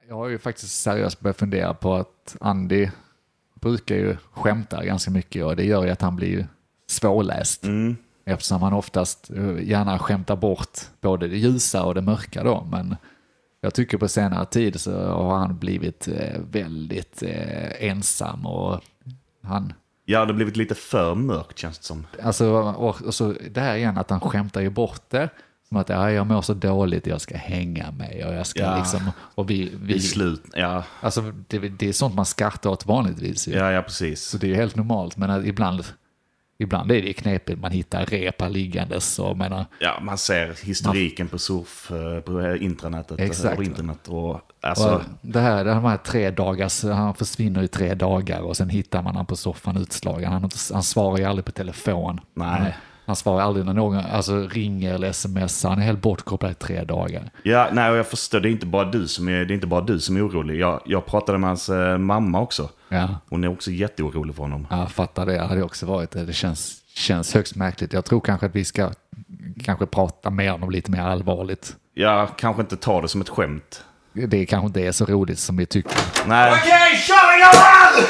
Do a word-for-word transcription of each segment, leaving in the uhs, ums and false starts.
Jag har ju faktiskt seriöst börjat fundera på att Andy brukar ju skämta ganska mycket och det gör ju att han blir ju svårläst. Mm. Eftersom han oftast gärna skämtar bort både det ljusa och det mörka då. Men jag tycker på senare tid så har han blivit väldigt ensam och han... Ja, det har blivit lite för mörkt känns det som. Alltså, och, och så det här igen att han skämtar ju bort det. Som att ja, jag mår så dåligt, jag ska hänga mig och jag ska ja. liksom... Och vi, vi, slut, ja. Alltså det, det är sånt man skrattar åt vanligtvis. Ju. Ja, ja, precis. Så det är ju helt normalt, men att ibland... Ibland är det knepigt, man hittar repa liggandes och menar... Ja, man ser historiken man, på surf på intranätet. Exakt. Och internet och, alltså... och det här, de här tre dagars, han försvinner i tre dagar och sen hittar man han på soffan utslagen. Han, han svarar ju aldrig på telefon. Nej. Han, han svarar aldrig när någon alltså, ringer eller smsar. Han är helt bortkopplad i tre dagar. Ja, nej, och jag förstår, det är inte bara du som är, det är inte bara du som är orolig. Jag, jag pratade med hans eh, mamma också. Ja. Hon är också jätteorolig för honom. Ja, jag fattar det. Det hade också varit det. Det känns, känns högst märkligt. Jag tror kanske att vi ska kanske prata mer om lite mer allvarligt. Ja, kanske inte ta det som ett skämt. Det kanske inte är så roligt som vi tycker. Nej. Okej, okay, kör igång!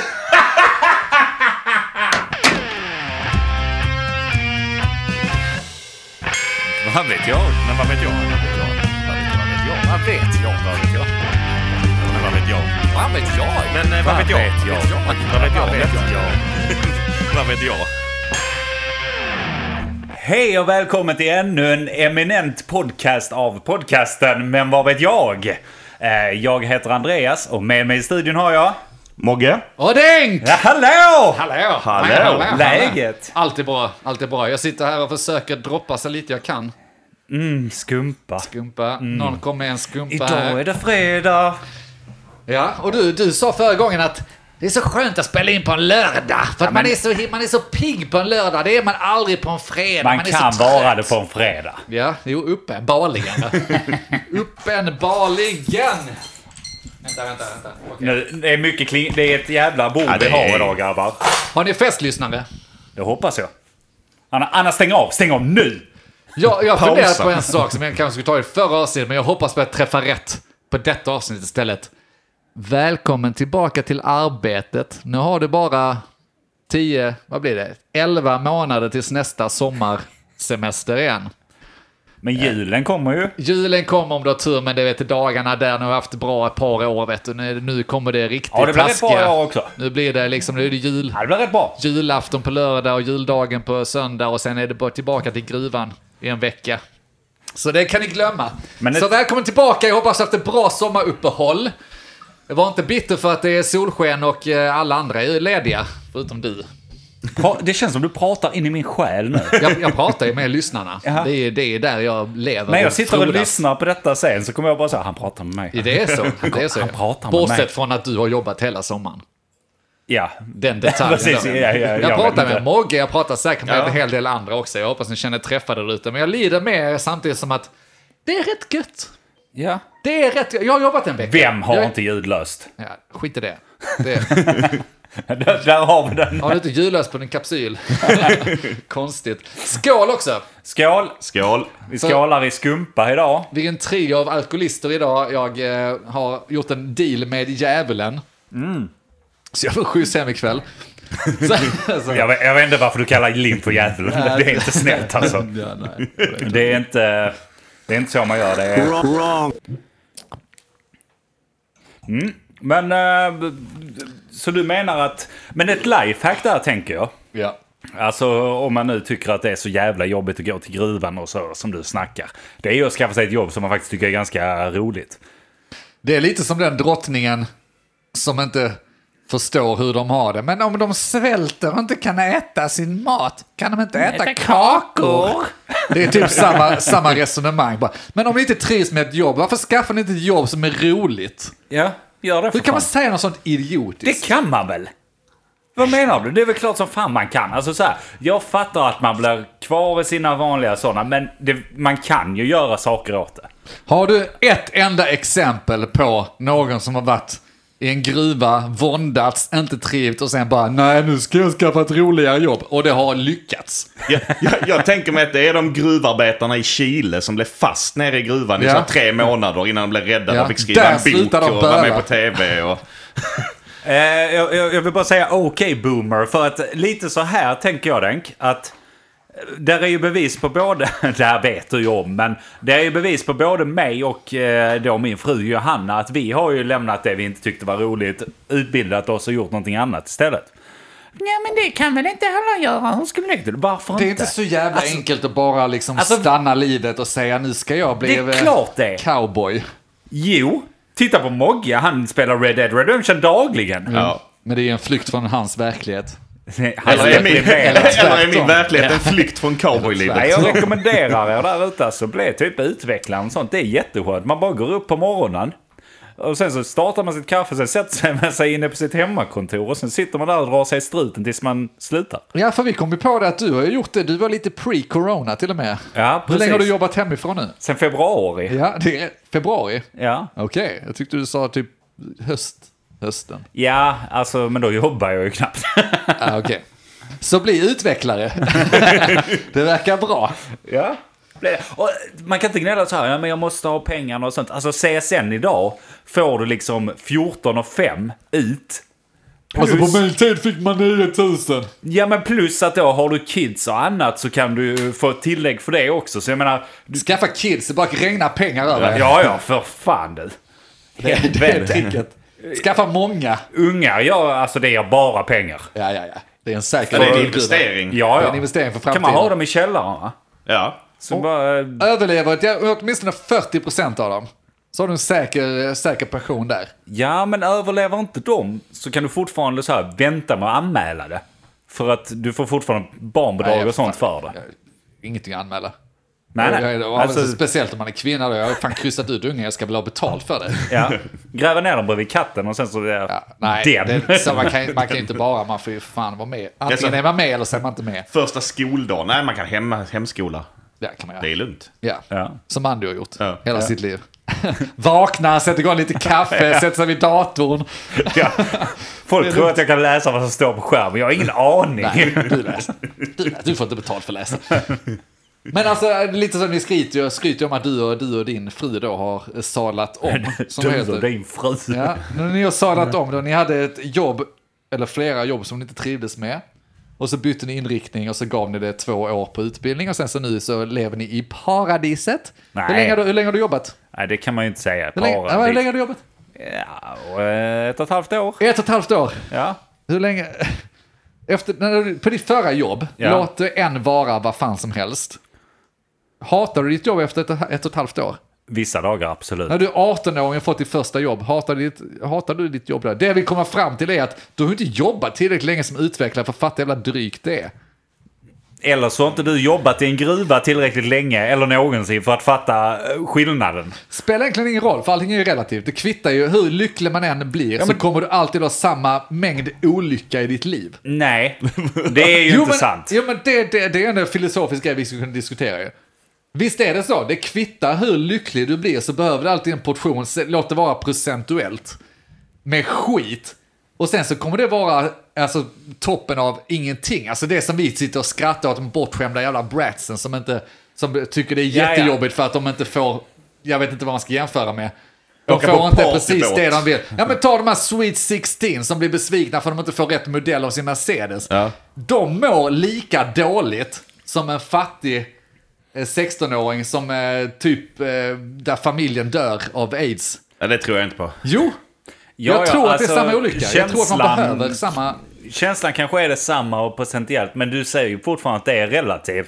Vad vet jag? Men vad vet jag? Vad vet jag? Vad vet jag? Vad vet jag? Vad vet jag? Vad vet jag? Vad vet jag? Men vad vet jag? Vad vet jag? Vad vet jag? Vad vet jag? Hej och välkommen till ännu en eminent podcast av podcasten Men vad vet jag? Jag heter Andreas och med mig i studion har jag Mogge. Och Denk! Ja, hallå! Hallå! Hallå! hallå. Läget? Alltid bra, alltid bra. Jag sitter här och försöker droppa så lite jag kan. Mm, skumpa. Skumpa. Mm. Någon kom med en skumpa Idag här. är det fredag. Ja, och du, du sa förra gången att det är så skönt att spela in på en lördag. För att Ja, men... man, är så, man är så pigg på en lördag. Det är man aldrig på en fredag. Man, man är kan så vara det på en fredag. Ja, jo, uppenbarligen. Uppenbarligen. Vänta, vänta, vänta. Okay. Nu, det är mycket kling... Det är ett jävla bord Ja, vi det har är- idag, grabbar. Har ni festlyssnare? Det hoppas jag. Anna, Anna stäng av. Stäng av nu! Jag, jag har funderat Pausa. på en sak som jag kanske skulle ta i förra avsnittet, men jag hoppas på att träffa rätt på detta avsnitt istället. Välkommen tillbaka till arbetet. Nu har du bara tio, vad blir det? elva månader tills nästa sommarsemester igen. Men julen kommer ju. Julen kommer om du har tur, men det vet du, dagarna där nu har haft bra ett par år, vet du. Nu, nu kommer det riktigt Ja, det blir rätt bra taskiga. jag också. Nu blir det liksom, nu är det jul. Ja, det blir rätt bra. Julafton på lördag och juldagen på söndag och sen är det bara tillbaka till gruvan i en vecka. Så det kan ni glömma. Men Så ett... välkommen tillbaka, jag hoppas att det är bra sommaruppehåll. Jag var inte bitter för att det är solsken och alla andra är lediga, förutom du. Det känns som du pratar in i min själ nu. Jag, jag pratar ju med lyssnarna. Jaha. Det är, det är där jag lever. När jag sitter och frodas. lyssnar på detta sen så kommer jag bara säga han pratar med mig. Det är så. Det är så. Han pratar med Bortsett mig. från att du har jobbat hela sommaren. Ja. Den detaljen. Precis, då. ja, ja, jag jag vet pratar inte. med Mogge, jag pratar säkert med Ja. en hel del andra också. Jag hoppas ni känner träffade där ute. Men jag lider med er samtidigt som att det är rätt gött. Ja. Det är rätt gött. Jag har jobbat en vecka. Vem har jag... inte ljudlöst? Ja, skit i det. det. där, där har vi den. Har du inte ljudlöst på din kapsyl? Konstigt. Skål också! Skål! Skål. Vi skålar i skumpa idag. Vi är en trio av alkoholister idag. Jag eh, har gjort en deal med djävulen. Mm. Så jag får skjuts hem ikväll. så, alltså. Jag vet, jag vet inte varför du kallar Lim för djävulen. Det är inte snällt alltså. Ja, nej, det Det är inte, det är inte så man gör det. Är... Mm. Men, eh, så du menar att... Men ett lifehack där tänker jag. ja. Alltså om man nu tycker att det är så jävla jobbigt att gå till gruvan och så som du snackar. Det är ju att skaffa sig ett jobb som man faktiskt tycker är ganska roligt. Det är lite som den drottningen som inte förstår hur de har det. Men om de svälter och inte kan äta sin mat, kan de inte äta, äta kakor? Det är typ samma, samma resonemang. Bara. Men om ni inte trivs med ett jobb, varför skaffar ni inte ett jobb som är roligt? Ja, gör det för Hur kan man fan. säga något sånt idiotiskt? Det kan man väl? Vad menar du? Det är väl klart som fan man kan. Alltså så här, jag fattar att man blir kvar i sina vanliga sådana, men det, man kan ju göra saker åt det. Har du ett enda exempel på någon som har varit i en gruva, våndats, inte trivt och sen bara, nej nu ska jag skaffa ett roligare jobb. Och det har lyckats. Jag, jag, jag tänker mig att det är de gruvarbetarna i Chile som blev fast nere i gruvan i Ja. så tre månader innan de blev räddade Ja. och fick skriva Där en bok slutar de och vara med böla. på tv. Och... Eh, jag, jag vill bara säga okej okay, boomer, för att lite så här tänker jag, Denk, att där är ju bevis på både, det här vet du ju om, men det är ju bevis på både mig och eh, då min fru Johanna att vi har ju lämnat det vi inte tyckte var roligt, utbildat oss och gjort någonting annat istället. Ja, men det kan väl inte alla göra? Hur skulle det? Varför inte? Det är inte så jävla Alltså- enkelt att bara liksom Alltså- stanna livet och säga nu ska jag bli Det är klart det. cowboy. Jo, titta på Mogge, han spelar Red Dead Redemption dagligen. Ja. Men det är ju en flykt från hans verklighet. Han Eller är, min, deprimerad. eller är min verklighet en flykt från cowboylivet? Nej, jag rekommenderar er där ute så bli typ utvecklaren och sånt. Det är jätteskönt. Man bara går upp på morgonen och sen så startar man sitt kaffe, sen sätter sig med sig inne på sitt hemmakontor och sen sitter man där och drar sig i struten tills man slutar. Ja, för vi kom ju på det att du har ju gjort det. Du var lite pre-corona till och med. Ja, Hur precis. länge har du jobbat hemifrån nu? Sen februari. Ja, det är februari. Ja. Okej, okay. Jag tyckte du sa typ höst. Hösten. Ja, alltså, men då jobbar jag ju knappt. Ah, okej. Okay. Så bli utvecklare. Det verkar bra. Ja. Och man kan inte gnälla så här, ja, men jag måste ha pengarna och sånt. Alltså C S N idag får du liksom fjorton och fem ut. Plus, Alltså på min tid fick man nio tusen. ja, men plus att då har du kids och annat så kan du få ett tillägg för det också. Så jag menar... Du... Skaffa kids, det bara regnar pengar över. Ja, ja, för fan du. Det, det är tricket. Skaffa många. Unga, ja, alltså det är bara pengar. Ja, ja, ja. Det är en säker Det är en grund. investering. Ja, Det är ja. en investering för Kan framtiden. man ha dem i källaren, va? Ja. Så bara... Överlever ja, åtminstone fyrtio procent av dem. Så har du en säker, säker pension där. Ja, men överlever inte dem så kan du fortfarande så här vänta med att anmäla det. För att du får fortfarande barnbidrag Nej, och sånt fan, för det. jag- Ingenting att anmäla. Nej, Jag- nej. jag- Alltså, Speciellt om man är kvinna då. Jag har fan kryssat ut unga, jag ska väl ha betalt för det. ja. Gräva ner dem bredvid katten och sen så... Ja, Ja, nej, den. det, så man kan, man kan inte bara, man får ju fan vara med. Antingen så- är man med eller så är man inte med. Första skoldagen. Nej, man kan hem, hemskola. Ja, kan man Det göra. är lugnt. Ja. Ja. Som Andy har gjort Ja. hela sitt liv. Vakna, sätter igång lite kaffe, sätter sig vid datorn. Ja. Folk tror att jag kan läsa vad som står på skärmen. Jag har ingen aning. Nej, du läser. Du, läser. Du får inte betalt för att läsa. Men alltså, lite som ni skryter ju skryter om att du och, du och din fru då har sadlat om. Som det Du heter. och din fru. Ja, när ni har sadlat om då, ni hade ett jobb, eller flera jobb som ni inte trivdes med. Och så bytte ni inriktning och så gav ni det två år på utbildning och sen så nu så lever ni i paradiset. Nej. Hur länge, har du, hur länge har du jobbat? Nej, det kan man ju inte säga. Hur länge, ja, hur länge har du jobbat? Ja, och, eh, ett och ett halvt år. Ett och ett halvt år. Ja. Hur länge? Efter, när du, på ditt förra jobb, Ja. låt det en vara vad fan som helst. Hatar du ditt jobb efter ett, ett och ett halvt år? Vissa dagar, absolut. När du är arton-åring och fått ditt första jobb, hatar du, ditt, hatar du ditt jobb där? Det vi kommer fram till är att du har inte jobbat tillräckligt länge som utvecklare för att fatta jävla drygt det är. Eller så har inte du jobbat i en gruva tillräckligt länge eller någonsin för att fatta eh, skillnaden. Spelar egentligen ingen roll, för allting är ju relativt. Det kvittar ju hur lycklig man än blir, så kommer du alltid ha samma mängd olycka i ditt liv. Nej, det är ju Jo, inte men, sant. Jo, men det, det, det är en filosofisk grej vi skulle kunna diskutera ju. Visst är det så, det kvittar hur lycklig du blir så behöver du alltid en portion, låt det vara procentuellt, med skit. Och sen så kommer det vara alltså, toppen av ingenting. Alltså det som vi sitter och skrattar åt, de bortskämda jävla bratsen som, inte, som tycker det är Ja, ja. jättejobbigt för att de inte får, jag vet inte vad man ska jämföra med. De Åka på får inte partybåt. precis det de vill. Ja, men ta de här Sweet sexton som blir besvikna för att de inte får rätt modell av sin Mercedes. Ja. De mår lika dåligt som en fattig eh, sexton-åring som eh, typ eh, där familjen dör av AIDS. Ja, det tror jag inte på. Jo, Ja, jag ja, tror att alltså, det är samma olycka. Jag tror att man känslan- behöver samma... Känslan kanske är detsamma och procentuellt, men du säger ju fortfarande att det är relativt.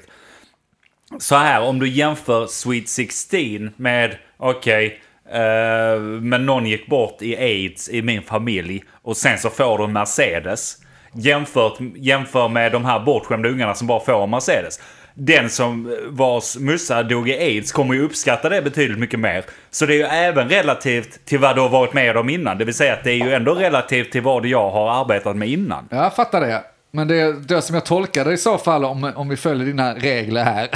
Så här, om du jämför Sweet sexton med, okej, okay, eh, men någon gick bort i AIDS i min familj och sen så får du en Mercedes. Jämfört, jämför med de här bortskämda ungarna som bara får en Mercedes. Den som vars mussa dog i AIDS kommer ju uppskatta det betydligt mycket mer. Så det är ju även relativt till vad du har varit med om innan. Det vill säga att det är ju ändå relativt till vad jag har arbetat med innan. Jag fattar det. Men det, det som jag tolkade i så fall, om, om vi följer dina regler här,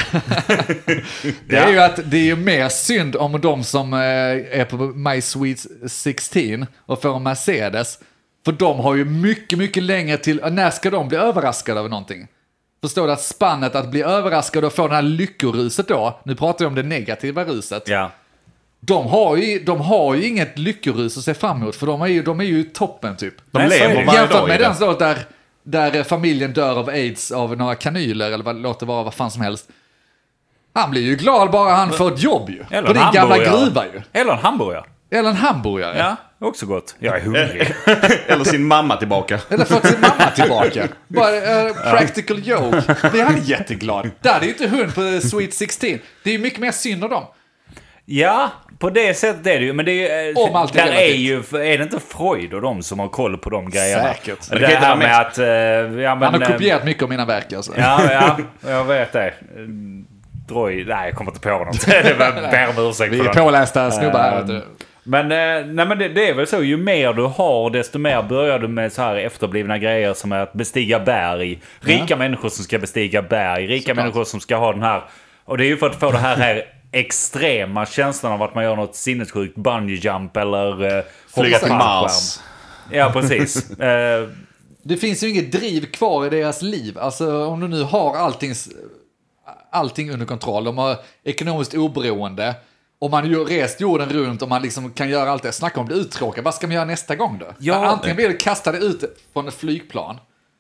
det är ju att det är ju mer synd om de som är på My Sweet sexton och får en Mercedes. För de har ju mycket, mycket längre till, när ska de bli överraskade av någonting? Förstår du att spannet att bli överraskad och få det här lyckoruset då, nu pratar jag om det negativa ruset. Ja. De har ju, de har ju inget lyckorus att se fram emot, för de är ju, de är ju toppen typ. De Nej, lever varje Jämfört dag i med det. den så där, där familjen dör av aids av några kanyler eller vad låter vara vad fan som helst. Han blir ju glad bara han får ett jobb ju. Eller På din en gamla hamburgare. gruva ju. Eller en hamburgare. Eller en hamburgare. Ja, också gott. Jag är hungrig. Eller sin mamma tillbaka. Eller fått sin mamma tillbaka. Bara uh, practical joke. Det är han jätteglad. Där är ju inte hund på Sweet sexton. Det är ju mycket mer synd om dem. Ja, på det sättet är det ju. Men det är ju... Om allt är där är relativt. ju... Är det inte Freud och de som har koll på de grejerna? Säkert. Det, Det kan inte här vara med att... eh, ja, men, Han har eh, kopierat mycket av mina verk alltså. Ja, ja, jag vet det. Droj... Nej, jag kommer inte på något. Det var ber om ursäkt Vi för är det. pålästa snubbar här. Ehm, vet du. Men, eh, nej, men det, det är väl så, ju mer du har desto mer börjar du med så här efterblivna grejer som är att bestiga berg. Rika Ja. människor som ska bestiga berg. Rika Såklart. människor som ska ha den här... Och det är ju för att få det här, här extrema känslan av att man gör något sinnessjukt bungee jump eller... Eh, Flyga till fallskärm. Mars. Ja, precis. eh, Det finns ju inget driv kvar i deras liv. Alltså om du nu har allting, allting under kontroll. De har ekonomiskt oberoende. Och man har rest jorden runt och man liksom kan göra allt det. Snacka om det uttråkade. Vad ska man göra nästa gång då? Ja, Antingen blir det kastade ut från ett flygplan.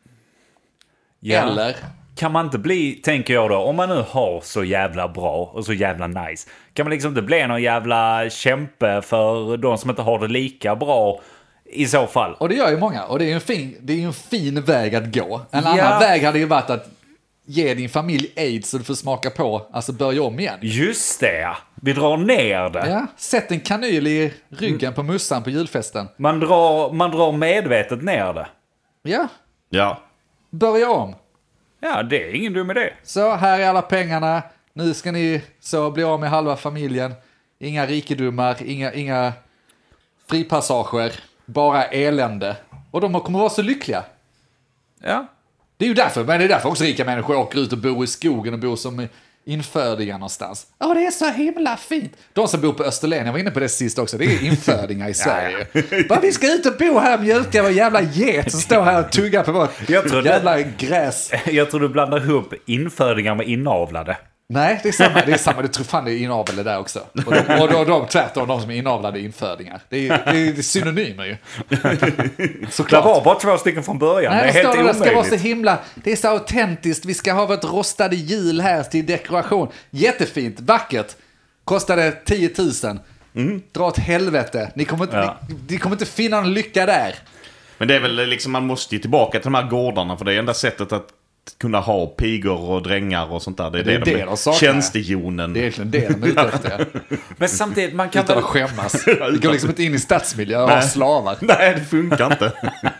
ja. Eller... Kan man inte bli, tänker jag då, om man nu har så jävla bra och så jävla nice, kan man liksom inte bli någon jävla kämpe för de som inte har det lika bra i så fall? Och det gör ju många. Och det är ju en fin, det är ju en fin väg att gå. En Ja. annan väg hade ju varit att ge din familj aids så du får smaka på, alltså börja om igen. Just det, vi drar ner det. Ja, sätt en kanyl i ryggen på mussan på julfesten. Man drar, man drar medvetet ner det. Ja, Ja. börja om. Ja, det är ingen dum idé. Så, här är alla pengarna. Nu ska ni så bli av med halva familjen. Inga rikedomar, inga, inga fripassager. Bara elände. Och de kommer vara så lyckliga. Ja. Det är ju därför, men det är därför också rika människor åker ut och bor i skogen och bor som infödingar någonstans. Ja, det är så himla fint. De som bor på Österlen, jag var inne på det sist också, det är infödingar i Sverige. Bara, vi ska ut och bo här och mjölka vår jävla get som står här och tuggar på vårt Jag tror det- jävla gräs. Jag tror du blandar ihop infödingar med inavlade. Nej, det är samma. Det är samma. Det tror fan det är inavel det där också. Och de, och de, de tvärtom, de som är inavlade infödingar. Det är, det är synonymer ju. Det Såklart. var bara två stycken från början. Nej, det är det helt står det, det ska vara så omöjligt. himla, det är så autentiskt, vi ska ha vårt rostade hjul här till dekoration. Jättefint, vackert. Kostade tio tusen. Mm. Dra åt helvete. Ni kommer, inte, Ja. ni, ni kommer inte finna någon lycka där. Men det är väl liksom, man måste ju tillbaka till de här gårdarna, för det är enda sättet att kunna ha pigor och drängar och sånt där. Det är Det är det, det de, de saknar. tjänstejonen. Det är egentligen det de är ute efter. Men samtidigt, man kan Utan väl... att skämmas. Vi går liksom inte in i stadsmiljö och har slavar. Nej, det funkar inte.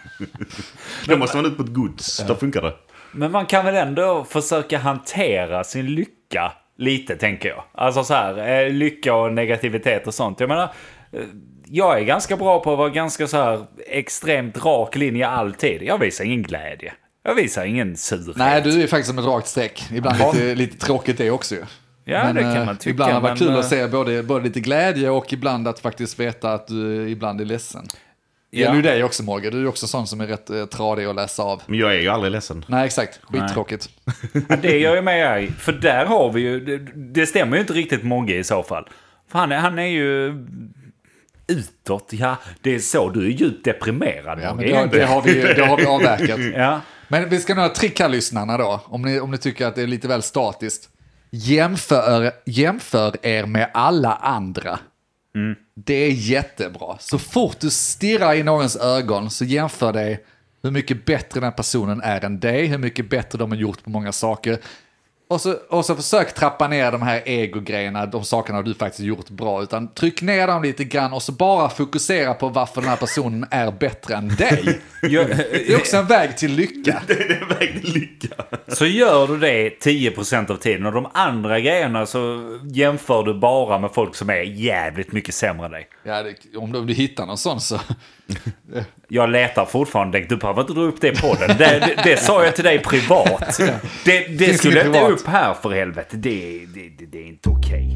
Då måste man ut på ett gods. Då funkar det. Men man kan väl ändå försöka hantera sin lycka lite, tänker jag. Alltså så här, eh, lycka och negativitet och sånt. Jag menar, eh, jag är ganska bra på att vara ganska så här extremt rak linje alltid. Jag visar ingen glädje. Jag visar ingen surhet. Nej, du är faktiskt som ett rakt streck. Ibland lite, lite tråkigt det också ju. Ja, Men, det kan eh, man tycka. ibland har det varit men, kul eh, att se både, både lite glädje och ibland att faktiskt veta att du ibland är ledsen. Det Ja. gäller ju dig också, Morgan. Du är också sån som är rätt eh, tradig att läsa av. Men jag är ju aldrig ledsen. Nej, exakt. Skittråkigt. Ja, det gör jag med i. För där har vi ju... Det, det stämmer ju inte riktigt Mogge i så fall. För han är, han är ju... Utåt, ja. Det är så. Du är djupt deprimerad, Ja, men Mogge. det, har- det, har vi, det har vi avverkat. Ja. Men vi ska nog ha trick här, lyssnarna då. Om ni, om ni tycker att det är lite väl statiskt. Jämför, jämför er med alla andra. Mm. Det är jättebra. Så fort du stirrar i någons ögon så jämför dig hur mycket bättre den här personen är än dig. Hur mycket bättre de har gjort på många saker. Och så, och så försök trappa ner de här ego-grejerna, de sakerna du faktiskt gjort bra. Utan tryck ner dem lite grann och så bara fokusera på varför den här personen är bättre än dig. Jag, Det är också en väg till lycka. Det är en väg till lycka. så gör du det tio procent av tiden och de andra grejerna så jämför du bara med folk som är jävligt mycket sämre än dig. Ja, det, om, du, om du hittar någon sån så... Jag letar fortfarande, du behöver inte dra upp det i podden. Det, det, det sa jag till dig privat. Det, det Finns skulle det inte privat? upp här för helvete. Det, det, det, det är inte okej.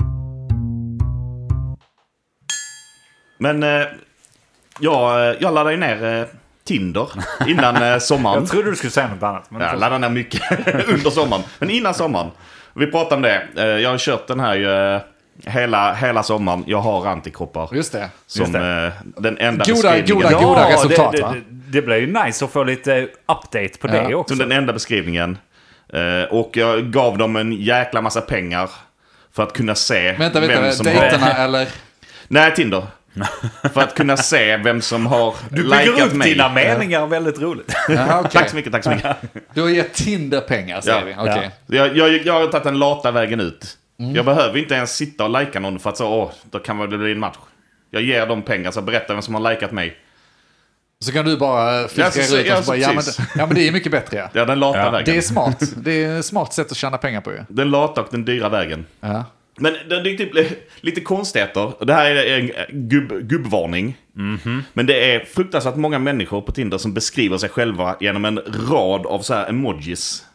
Men eh, jag, jag laddade ju ner eh, Tinder innan eh, sommaren. Jag trodde du skulle säga något annat. Men Jag laddade ner mycket under sommaren. Men innan sommaren. Vi pratade om det. Eh, jag har kört den här eh, hela, hela sommaren. Jag har antikroppar. Just det. Som Just det. Eh, den enda Goda- beskrivningen. goda- goda resultat, det, va? det, det blir ju nice att få lite update på Ja. det också. Som den enda beskrivningen. Eh, och jag gav dem en jäkla massa pengar. För att kunna se Vänta, vem vänta, som dejterna har... eller... Nej, Tinder. För att kunna se vem som har Du bygger likat upp mig. dina meningar väldigt roligt. Jaha, okej. Tack så mycket, tack så mycket. Du har gett Tinder pengar, säger Ja. vi. Okej. Jag, jag, jag har tagit den lata vägen ut. Jag behöver inte ens sitta och lajka någon för att så, åh, då kan det bli en match. Jag ger dem pengar så berättar vem som har likat mig. Så kan du bara filtrera Ja, så- ut ja, och så bara, så ja, men, precis. ja men det är mycket bättre, ja. Ja, den lata Ja, vägen. Det är smart. Det är ett smart sätt att tjäna pengar på ju. Den lata och den dyra vägen. Ja. Men det är typ lite konstigheter. Det här är en gubb, gubbvarning. Men det är fruktansvärt många människor på Tinder som beskriver sig själva genom en rad av så här emojis.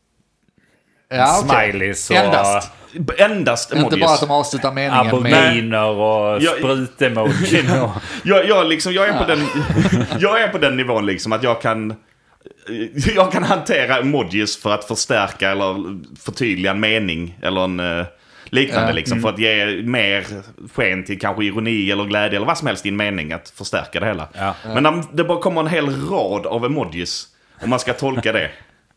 Ja, okej. Smileys och Endast. Endast emojis. Inte bara att de avslutar meningen med... aboginer och Jag- sprut-emojin. och- Jag, jag, liksom, jag, är på den, jag är på den nivån liksom att jag kan jag kan hantera emojis för att förstärka eller förtydliga en mening eller en eh, liknande Ja. liksom, för att ge mer sken till kanske ironi eller glädje eller vad som helst i en mening att förstärka det hela. Ja. Men när det bara kommer en hel rad av emojis om man ska tolka det.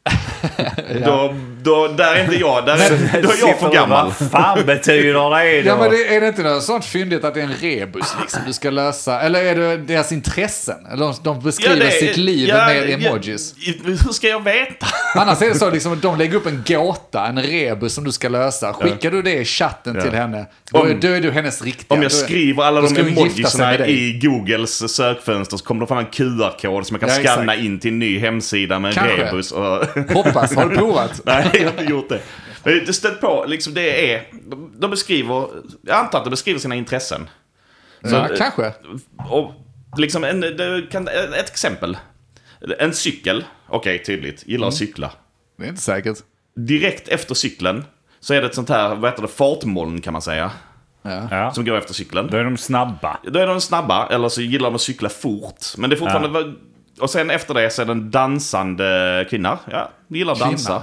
då, då, där är inte jag, där är, då är jag för gammal. Vad fan betyder det då? Ja, men det, är det inte något sånt fyndigt att det är en rebus liksom, du ska lösa? Eller är det deras intressen? Eller de, de beskriver Ja, det är- sitt liv ja, med ja, emojis? hur ska jag veta? Annars är det så liksom, att de lägger upp en gåta, en rebus som du ska lösa. Skickar du det i chatten Ja. till henne, då är, Om- då är du hennes riktiga. Om jag Då är- skriver alla då de ska hon gifta sig emojisarna med dig. i Googles sökfönster så kommer det fram en Q R-kod som jag kan Ja, exakt. scanna in till en ny hemsida med en Kanske. rebus. Och... Hoppas, har du provat? Nej, jag har inte gjort det. Men det stött på, liksom det är... De, de beskriver... Jag antar att de beskriver sina intressen. Så, Ja, eh, kanske. Och liksom en, det kan, ett exempel. En cykel, okej, tydligt. Gillar att cykla. Det är inte säkert. Direkt efter cykeln så är det ett sånt här, vad heter det, fartmoln kan man säga. Ja. Ja. Som går efter cykeln. Då är de snabba. Då är de snabba, eller så gillar de att cykla fort. Men det är fortfarande... Och sen efter det så är det en dansande kvinna. Ja, gillar att Kvinna. dansa.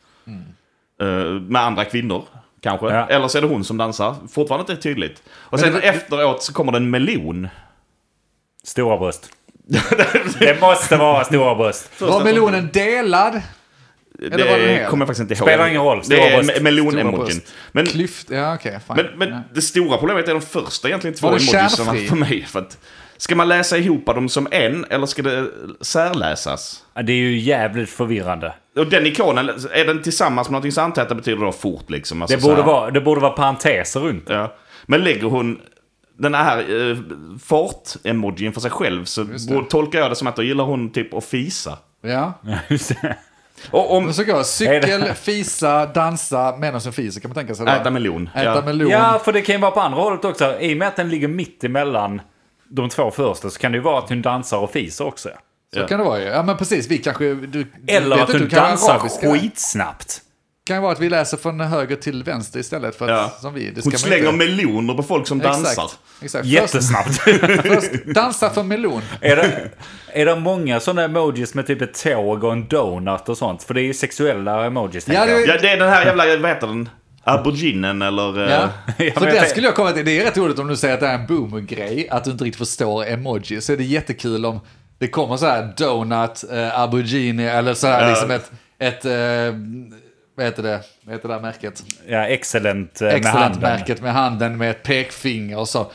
Eh, med andra kvinnor, kanske. Ja. Eller så är det hon som dansar. Fortfarande inte tydligt. Och sen det- efteråt så kommer det en melon. Stora bröst. Det måste vara stora bröst. Var melonen delad? Eller var den Det hel? kommer jag faktiskt inte ihåg. Spelar ingen roll, stora Det är bröst. me- melon-emojin. Stora bröst. Men, Klyft? Ja, okej. fine. men, men Ja. det stora problemet är de första egentligen två Var det emojisarna kärnfri? för mig. För att, ska man läsa ihop dem som en eller ska det särläsas? Ja, det är ju jävligt förvirrande. Och den ikonen, är den tillsammans med någonting så antar jag att det betyder då fort liksom. Alltså Det så borde, här. vara, det borde vara parenteser runt det. Ja. Men lägger hon den här eh, fart-emojin för sig själv så Just det. borde, tolkar jag det som att då gillar hon typ att fisa. Ja. Just det. Och om... Men så går Är cykel, det- fisa, dansa, medan som fiser kan man tänka sig. va? Äta melon. Äta Ja. melon. Ja, för det kan ju vara på andra hållet också. I och med att den ligger mitt emellan de två första så kan det ju vara att hon dansar och fiser också. Så Ja. kan det vara ju. Ja, men precis. Vi kanske... Du, Eller vet att inte, hon du kan vara dansar arabiska. skitsnabbt. Det kan vara att vi läser från höger till vänster istället för att, Ja. som vi. Det Hon ska man slänger inte... meloner på folk som dansar. Exakt. Exakt. Först, Jättesnabbt. först dansa för melon. är, det, är det många sådana emojis med typ ett tåg och en donut och sånt? För det är ju sexuella emojis, tänker Ja, det- jag. Ja, det är den här jävla, vad heter den? Aboriginen eller... eh, Ja. Ja, För men det jag- skulle jag komma till. Det är rätt roligt om du säger att det är en boomer-grej, att du inte riktigt förstår emoji. Så är det jättekul om det kommer så här donut, eh, aborigine eller så här Ja. liksom ett, ett eh, vad heter det? Vad heter det här märket? Ja, excellent eh, med handen. Excellent-märket med handen med ett pekfinger och så.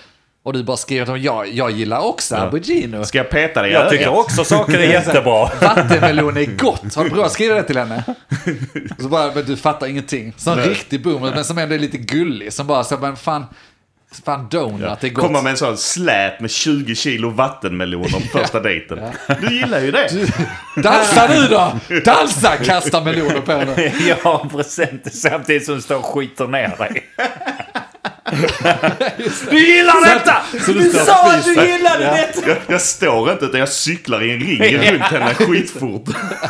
Och du bara skriver att jag, jag gillar också ja. aubergine. Ska jag peta dig? Jag tycker också saker är jättebra. Vattenmelon är gott. Har du bra skrivit det till henne? Och så bara, men du fattar ingenting. Som en riktig boomer, men som ändå är lite gullig. Som bara så, men fan, fan donut ja. är gott. Komma med en sån slät med tjugo kilo vattenmelon om första dejten. Ja. Du gillar ju det. Du, dansa nu då! Dansa! Kasta meloner på henne. Jag har en present samtidigt som du står och skiter ner dig. Du gillar detta! Så du sa att du gillade ja. detta! Jag, jag står inte utan jag cyklar i en ring runt henne skitfort.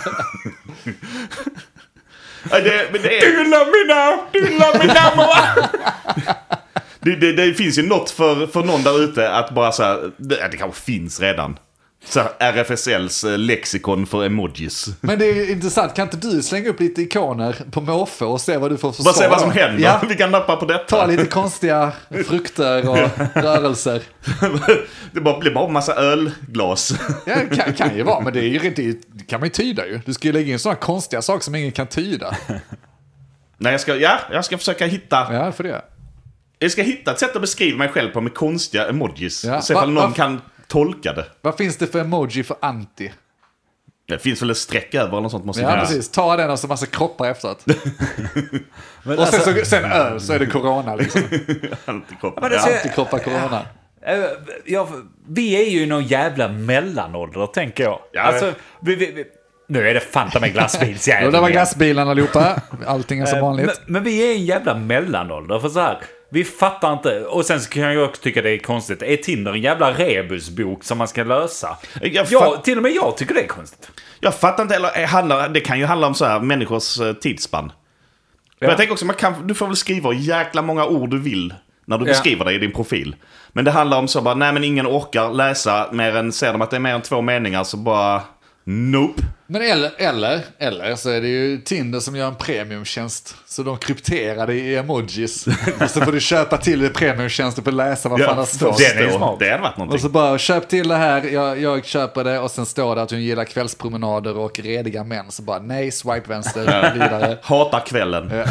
Ja, det, men det är... Du gillar mina! Du gillar mina! det, det, det finns ju något för, för någon där ute att bara så här, det, det kanske finns redan. Så R F S L:s lexikon för emojis. Men det är intressant, kan inte du slänga upp lite ikoner på måfå och se vad du får för svar? Se vad som händer, ja. Vi kan nappa på detta. Ta lite konstiga frukter och rörelser. Det bara blir bara en massa ölglas. Ja, det kan, kan ju vara, men det, är ju, det kan man ju tyda ju. Du ska ju lägga in sådana konstiga saker som ingen kan tyda. Nej, jag ska, ja, jag ska försöka hitta... Ja, för det. Jag ska hitta ett sätt att beskriva mig själv på med konstiga emojis. Ja. Se om någon va, kan tolka det. Vad finns det för emoji för anti? Det finns väl ett streck över eller något sånt. Måste ja, finnas. Precis. Ta den och så massa kroppar efteråt. Men och sen, alltså, så, sen öl så är det corona liksom. Antikroppar. Ja, antikroppar corona. Ja, vi är ju i någon jävla mellanålder, tänker jag. Ja, alltså, vi, vi, vi, nu är det fanta med glassbilsjäveln. Det var glassbilen allihopa. Allting är som vanligt. Men, men vi är i en jävla mellanålder. För så här, vi fattar inte. Och sen så kan jag också tycka det är konstigt. Är Tinder en jävla rebusbok som man ska lösa? Jag jag, till och med jag tycker det är konstigt. Jag fattar inte. Eller, handlar, det kan ju handla om så här människors tidsspann. Ja. Men jag tänker också, man kan, du får väl skriva jäkla många ord du vill när du ja. beskriver dig i din profil. Men det handlar om så bara, nej men ingen orkar läsa mer än, ser de att det är mer än två meningar så bara, nope. Men eller, eller, eller så är det ju Tinder som gör en premiumtjänst. Så de krypterar det i emojis. Och så får du köpa till det premiumtjänsten för att läsa vad ja, fan det står. Det är smart. Det är varit någonting. Och så bara, köp till det här, jag, jag köper det. Och sen står det att hon gillar kvällspromenader och rediga män. Så bara, nej, swipe vänster, vidare. Hatar kvällen. Ja.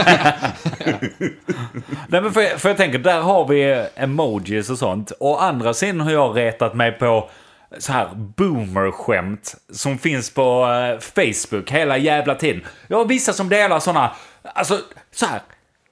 Nej, men för, för jag tänker, där har vi emojis och sånt. Och andra sidan har jag retat mig på så här boomer-skämt som finns på uh, Facebook hela jävla tiden. Jag har vissa som delar såna, alltså så här.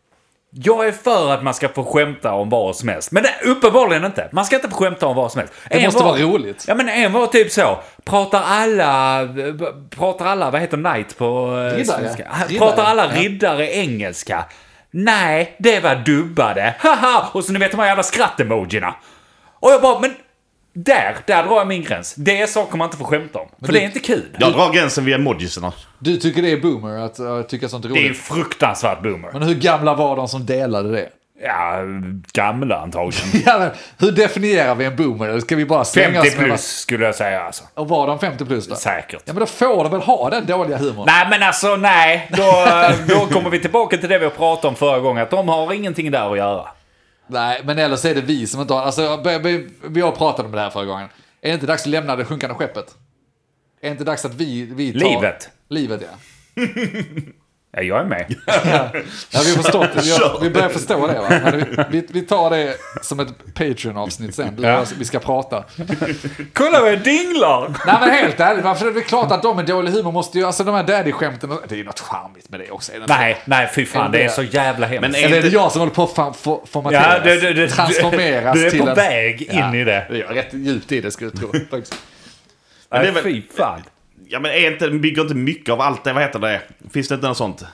Jag är för att man ska få skämta om vad som helst. Men det är uppenbarligen inte. Man ska inte få skämta om vad som helst. Det en måste var, vara roligt. Ja, men en var typ så. Pratar alla, pratar alla, vad heter knight på uh, riddare. svenska? Riddare. Pratar alla riddare ja. engelska? Nej, det var dubbade. Haha! Och så ni vet de här jävla skratt-emojierna. Och jag bara, men Där, där drar jag min gräns. Det är saker man inte får skämta om. Men för du, det är inte kul. Jag drar gränsen vid emojisarna. Du tycker det är boomer att uh, tycka sånt är roligt? Det är fruktansvärt boomer. Men hur gamla var de som delade det? Ja, gamla antagligen. Ja, men hur definierar vi en boomer? Eller ska vi bara slänga femtio plus skulle jag säga alltså. Och var de femtio plus då? Säkert. Ja, men då får de väl ha den dåliga humorn. Nej, men alltså nej. Då, då kommer vi tillbaka till det vi pratade om förra gången. Att de har ingenting där att göra. Nej, men eller så är det vi som inte har... Alltså, vi har pratat om det här förra gången. Är det inte dags att lämna det sjunkande skeppet? Är det inte dags att vi, vi tar... Livet. Livet, ja. Ja, jag är med. Ja, ja vi, har förstått, vi, har, vi börjar förstå det, va? Men vi, vi, vi tar det som ett Patreon-avsnitt sen. Du, ja. Vi ska prata. Kolla vad jag dinglar! Nej, men helt ärligt, varför är det klart att de med dålig humor måste ju... Alltså de här daddy-skämten, det är ju något charmigt med det också. Det nej, nej, fy fan, är det, det är så jävla hemskt. Men är eller är det jag som håller på att fa- for- formateras? Ja, du, du, du, transformeras du är till på en... väg in ja, i det. Jag är rätt djupt i det, skulle jag tro. Men det är väl... Fy fan. Ja, men är inte, bygger inte mycket av allt det, vad heter det? Finns det inte något sånt?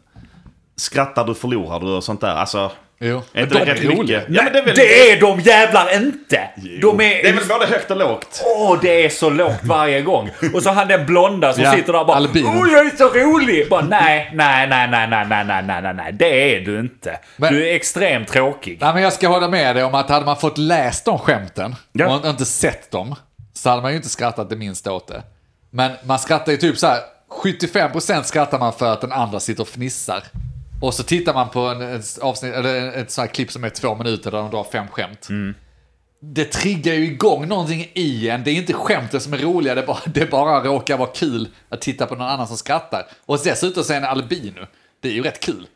Skrattar du, förlorar du och sånt där. Alltså, jo. Är inte de det rätt är mycket? Ja, men det, är väl... det är de jävlar inte! De är... Det är väl både högt och lågt. Åh, oh, det är så lågt varje gång. Och så han den blonda som ja, sitter där och bara, åh, oh, jag är så rolig! Bara, nej, nej, nej, nej, nej, nej, nej, nej, nej, nej, det är du inte. Men, du är extremt tråkig. Nej, men jag ska hålla med dig om att hade man fått läst de skämten ja. och inte sett dem, så hade man ju inte skrattat det minsta åt det. Men man skrattar ju typ så här, sjuttiofem procent skrattar man för att den andra sitter och fnissar. Och så tittar man på en, ett, avsnitt, eller ett sånt här klipp som är två minuter där de drar fem skämt. Mm. Det triggar ju igång någonting i en. Det är inte skämtet som är roliga, det bara, det bara råkar vara kul att titta på någon annan som skrattar. Och dessutom så är en albino. Det är ju rätt kul.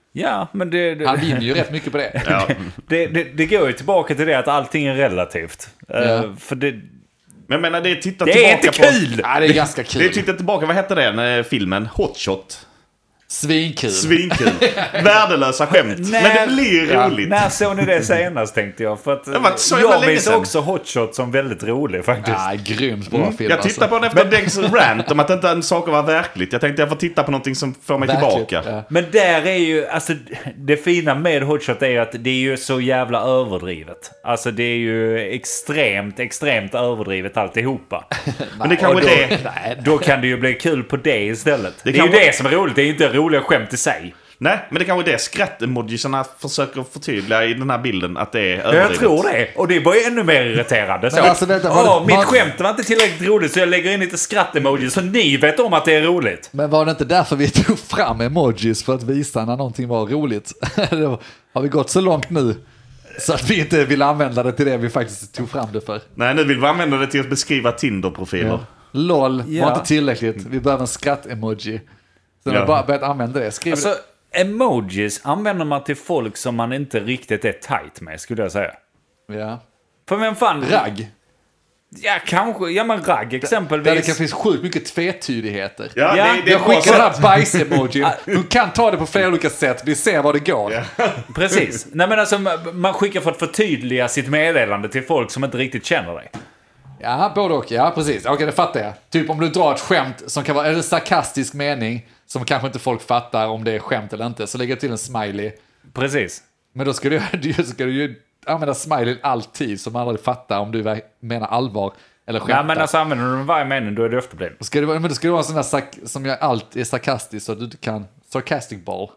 Ja, men det... det... Han vinner ju rätt mycket på det. Ja. det, det, det går ju tillbaka till det att allting är relativt. Ja. Uh, för det... Men jag menar, det är titta Det tillbaka är inte på... kul! Ja, det är ganska kul. Det är titta tillbaka, vad hette den eh, filmen? Hot Shot. Svinkul. Svinkul. Värdelösa skämt. När- Men det blir Ja, roligt. När såg ni det senast tänkte jag? För att Det var så jävla jag länge minns sedan. också Hot Shot som väldigt rolig faktiskt. Ja, grymt bra film. Jag tittar på den efter Dengs rant om att inte en sak var verkligt. Jag tänkte jag får titta på någonting som får mig Verkligt, tillbaka. ja. Men där är ju, alltså det fina med Hot Shot är ju att det är ju så jävla överdrivet. Alltså det är ju extremt, extremt överdrivet alltihopa. Men det Och kanske då, det... då kan det ju bli kul på det istället. Det, Det är kan ju vara- det som är roligt, det är ju inte roliga skämt i sig. Nej, men det kanske är det skratt-emojisarna försöker förtydliga i den här bilden. Att det är Jag överdrivet. tror det. Och det var ju ännu mer irriterande. Så, Men alltså, vänta, var det- Åh, mitt var- skämt var inte tillräckligt roligt så jag lägger in lite skratt-emoji så ni vet om att det är roligt. Men var det inte därför vi tog fram emojis för att visa när någonting var roligt? Då har vi gått så långt nu så att vi inte vill använda det till det vi faktiskt tog fram det för. Nej, nu vill vi använda det till att beskriva Tinder-profiler. Ja. LOL Ja. var inte tillräckligt. Vi behöver en skratt-emoji. Så Ja. vi bara börjat använda det. Skriv Alltså, emojis använder man till folk som man inte riktigt är tight med, skulle jag säga. det. Ja. För vem fan... Ragg. Ja, kanske. Ja, men ragg exempelvis. Där det kan finnas sjukt mycket tvetydigheter. Ja, Ja, det, det är Jag bra skickar den sätt. här bajs-emojin. Du kan ta det på flera olika sätt. Vi ser vad det går. Precis. Nej, men alltså, man skickar för att förtydliga sitt meddelande till folk som inte riktigt känner dig. Ja, både och. Ja, precis. Okej, det fattar jag. Typ om du drar ett skämt som kan vara en sarkastisk mening som kanske inte folk fattar om det är skämt eller inte, så lägger jag till en smiley. Precis. Men då ska du, du, ska du ju använda smiley alltid så man aldrig fattar om du ver- menar allvar eller skämtar. Ja, men alltså använder du den varje mening, då är det efterbliven. Ska det, vara- men det ska det vara en sån där sak- som jag alltid är sarkastisk så att du inte kan... Sarcastic ball.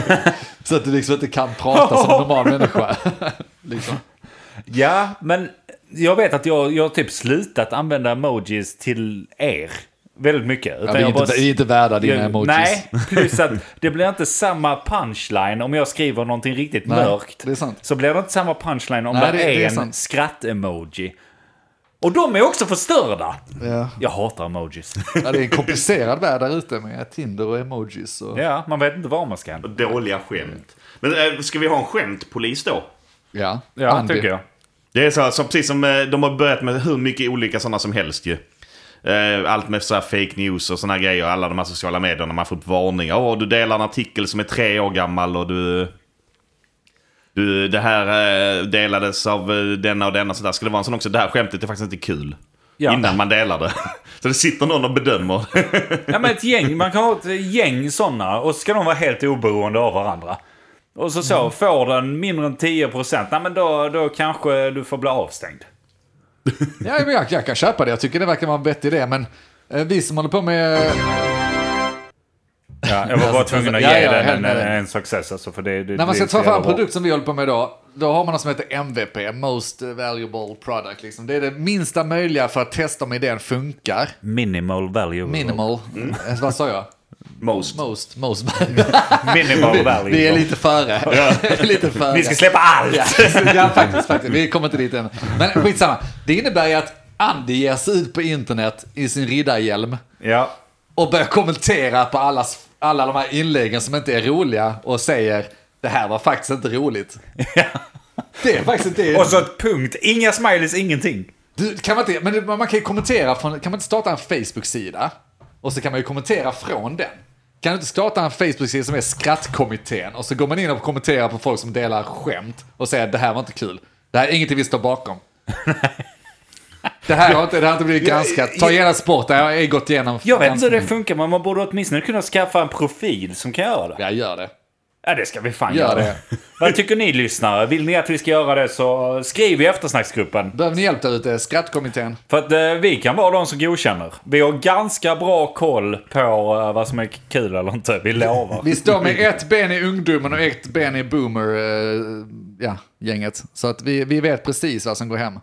Så att du liksom inte kan prata som en normal människa. liksom. Ja, men jag vet att jag, jag har typ slutat använda emojis till er. Väldigt mycket. Ja, Utan vi, är jag inte, bara- vi är inte värda dina jag, emojis. Nej, plus att det blir inte samma punchline om jag skriver någonting riktigt Nej, mörkt. det är sant. Så blir det inte samma punchline om Nej, det, det- det är är en sant. skratt-emoji. Och de är också förstörda. Ja. Jag hatar emojis. Ja, det är en komplicerad värld där ute med Tinder och emojis. Och... Ja, man vet inte vad man ska ändra. Dåliga skämt. Men äh, ska vi ha en skämtpolis då? Ja, Ja, Andy. tycker jag. Det är så, så precis som eh, de har börjat med hur mycket olika sådana som helst ju. Eh, Allt med så här fake news och såna grejer. Alla de här sociala medierna, man får upp varningar. Åh, du delar en artikel som är tre år gammal och du... du det här eh, delades av eh, denna och denna. Så där ska det vara en sån också. Det här skämtet är faktiskt inte kul. Ja. Innan man delar det. Så det sitter någon och bedömer. Ja, men ett gäng, man kan ha ett gäng sådana och så ska de vara helt oberoende av varandra. Och så så, får den mindre än tio procent, nej men då, då kanske du får bli avstängd. Ja, men jag, jag kan köpa det. Jag tycker det verkar vara en vettig idé. Men eh, vi som håller på med... Ja, jag var bara tvungen att Ja, ge ja, den en, hellre. en success. Alltså, för det, det, När man ska det är så ta fram en jävla bra. produkt som vi håller på med idag, då har man något som heter M V P, Most Valuable Product. Liksom. Det är det minsta möjliga för att testa om idén funkar. Minimal value. Minimal. Eh, vad sa jag? Most. Most. Most. Minimal value. Vi är lite före. lite före. Vi ska släppa allt! Ja, ja, faktiskt, faktiskt. Vi kommer inte dit än. Men skitsamma. Det innebär ju att Andy ger sig ut på internet i sin riddarhjälm Ja. och börjar kommentera på allas, alla de här inläggen som inte är roliga och säger det här var faktiskt inte roligt. Det är faktiskt inte... Och så ett punkt. Inga smileys, ingenting. Du, kan man, inte, men det- man kan ju kommentera från, kan man inte starta en Facebook-sida och så kan man ju kommentera från den. Kan du inte starta en Facebook-sida som är skrattkommittén och så går man in och kommenterar på folk som delar skämt och säger att det här var inte kul. Det här är ingenting vi står bakom. Det här har inte, det har inte blivit granskat. Ta gärna sport, det här har jag gått igenom. Jag vet inte hur det funkar, men man borde åtminstone kunna skaffa en profil som kan göra det. Jag gör det. Ja, det ska vi fan Gör göra. det. Vad tycker ni lyssnare? Vill ni att vi ska göra det så skriv i eftersnacksgruppen. Behöver ni hjälp där ute? Skrattkommittén. För att eh, vi kan vara de som godkänner. Vi har ganska bra koll på eh, vad som är kul eller inte. Vi lovar. Vi står med ett ben i ungdomen och ett ben i boomer, eh, ja, gänget. Så att vi, vi vet precis vad som går hem.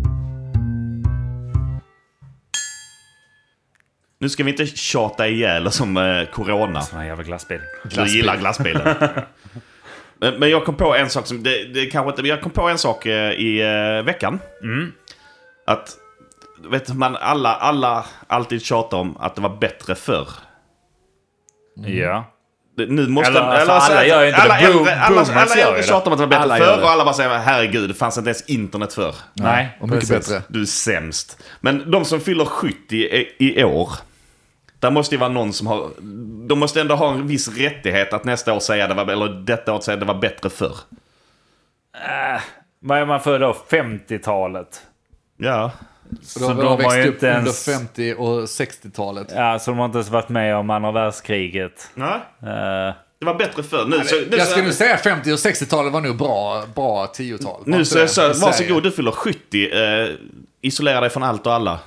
Nu ska vi inte tjata ihjäl oss som eh, corona. Sån här jävla glassbil. Du gillar glassbilen. Men men jag kom på en sak som... Det, det kanske inte, jag kom på en sak eh, i eh, veckan. Att... Vet du, man alla, alla alltid tjatar om att det var bättre förr. Ja. Nu måste, eller, alltså, alla, alla gör inte alla det. Äldre, alla, alla, alla äldre det. tjatar om att det var bättre Alla förr det. och alla bara säger herregud, det fanns inte ens internet förr. Nej, och mycket precis. bättre. Du är sämst. Men de som fyller sjuttio i, i år, där måste ju vara någon som har... De måste ändå ha en viss rättighet att nästa år säga det var, eller detta år säga det var bättre förr. Äh, vad är man för då? femtiotalet? Ja. Så de har växt upp under femtio- och sextiotalet. Ja, så de har inte ens varit med om andra världskriget. Nej. Uh, Det var bättre förr. Nu, så, nu Jag så, skulle nu säga femtio- och sextiotalet var nog bra, bra tiotal. nu så, så varsågod, du fyller sjuttio. Eh, isolera dig från allt och alla.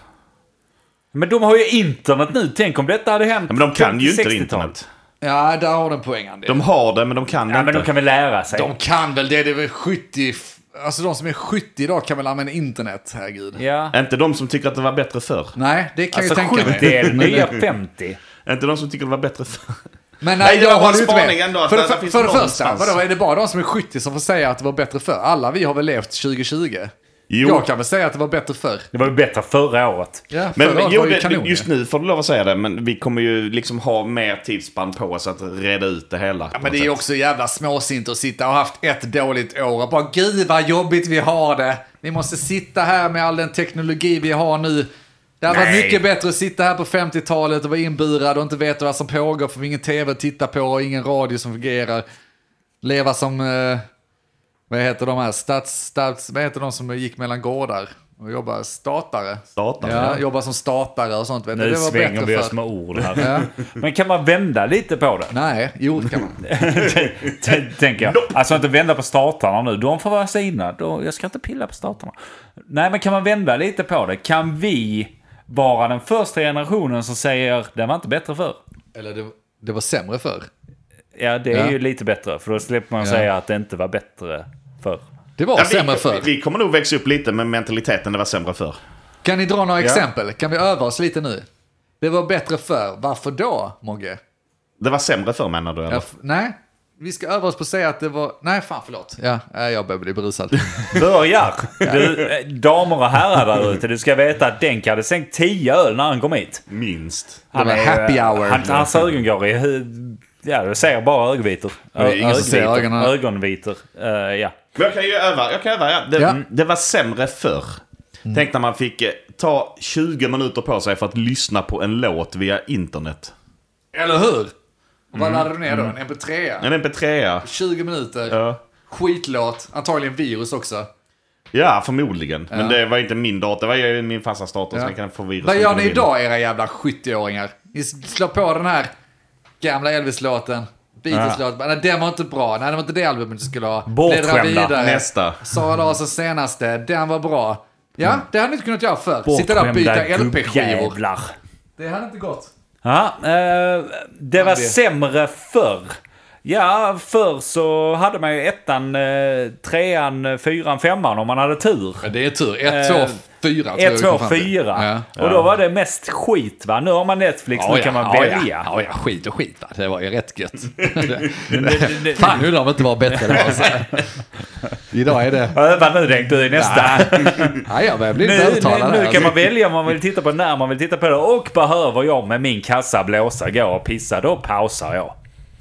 men de har ju internet nu. Tänk om detta hade hänt. Ja, men de kan ju inte sextiotal. internet. Ja, där har den poängen. De har det, men de kan Ja, inte. men de kan väl lära sig. De kan väl det, det är väl sjuttio... Alltså de som är sjuttio idag kan väl använda internet, herregud. Ja. Inte de som tycker att det var bättre förr. Nej, det kan Alltså jag tänka mig. sjuttio är det nya femtio. Inte de som tycker att det var bättre förr. Men Nej, nej, det jag var bara håller inte spaning med. ändå, att För, det- det, det för, finns för det första, någonstans. vadå, är det bara de som är sjuttio som får säga att det var bättre förr? Alla vi har väl levt tjugo tjugo? Jo. Jag kan väl säga att det var bättre förr. Det var ju bättre förra året. Ja, Men, förra men året jo, var ju det, kanon, just ju. nu får du lov att säga det, men vi kommer ju liksom ha mer tidsspann på oss att reda ut det hela. Ja, men det är ju också jävla småsint att sitta och haft ett dåligt år och bara gud vad jobbigt vi har det. Vi måste sitta här med all den teknologi vi har nu. Det hade varit Nej. mycket bättre att sitta här på femtiotalet och vara inburad och inte veta vad som pågår för vi har ingen tv att titta på och ingen radio som fungerar. Leva som, eh, vad heter de här, stats, stats, vad heter de som gick mellan gårdar och jobbar statare? Statare, Ja, ja. jobbar som statare och sånt. Vet du. Nu Det var svänger bättre vi oss för. med ord här. Men kan man vända lite på det? Nej, jo det kan man. T- Tänker jag. Alltså inte vända på startarna nu. De får vara sina. Då, jag ska inte pilla på startarna. Nej, men kan man vända lite på det? Kan vi vara den första generationen som säger det var inte bättre förr? Eller det, det var sämre förr. Ja, det är Ja. ju lite bättre. För då slipper man Ja. säga att det inte var bättre förr. Det var Ja, sämre vi, förr. vi kommer nog växa upp lite med mentaliteten det var sämre förr. Kan ni dra några Ja. exempel? Kan vi öva oss lite nu? Det var bättre förr. Varför då, Mogge? Det var sämre förr menar du? Eller? Ja, f- nej, vi ska öva oss på att säga att det var... Nej, fan förlåt. Ja, nej, jag börjar bli berusad. Börjar! Du, eh, damer och herrar där ute, du ska veta att Denk hade sänkt tio öl när han kom hit. Minst. Det var är, happy hour. Han, hans ögon går i... hu- Ja, du ser bara ögonvitor. Det är ingen som ser Ögonvitor. ögonen. Ögonvitor. Uh, ja. Men jag kan ju öva. Jag kan öva ja. Det, Ja. det var sämre förr. Tänk när man fick eh, ta tjugo minuter på sig för att lyssna på en låt via internet. Eller hur? Och vad laddade du ner då? En M P tre? En M P tre. tjugo minuter. Ja. Skitlåt. Antagligen virus också. Ja, förmodligen. Men Ja. det var inte min dator. Det var ju min farsa dator så Ja. jag kan få virus. Vad om gör jag ni vill. idag, era jävla sjuttio-åringar? Ni slår på den här gamla Elvis-låten. Beatles-låten. Nej, den var inte bra. Nej, det var inte det albumet du skulle ha. Bortskämda. Bläddra vidare. Nästa. Sara Larssons senaste. Den var bra. Ja, det hade ni inte kunnat göra förr. Sitta där och byta L P-skivor. gubbjävlar. Det hade inte gått. Ja, eh, det var det- sämre förr. Ja, förr så hade man ju ettan, eh, trean, fyran, femman om man hade tur. Men det är tur. ett, Eh, två, fyra tror jag ett, vi två, kom fram till. fyra. Ja. Och då var det mest skit va? Nu har man Netflix, nu kan man ja, välja. Ja, ja, ja, skit och skit. Va? Det var ju rätt gött. det- det- Fan, undrar om det inte var bättre då. Alltså. Idag är det... Öva nu Denk, du är nästa. Ja, jag börjar bli lite Nu, övertalad nu, här, nu kan alltså. man välja om man vill titta på när man vill titta på det. Och behöver jag med min kassa blåsa, gå och pissa, då pausar jag.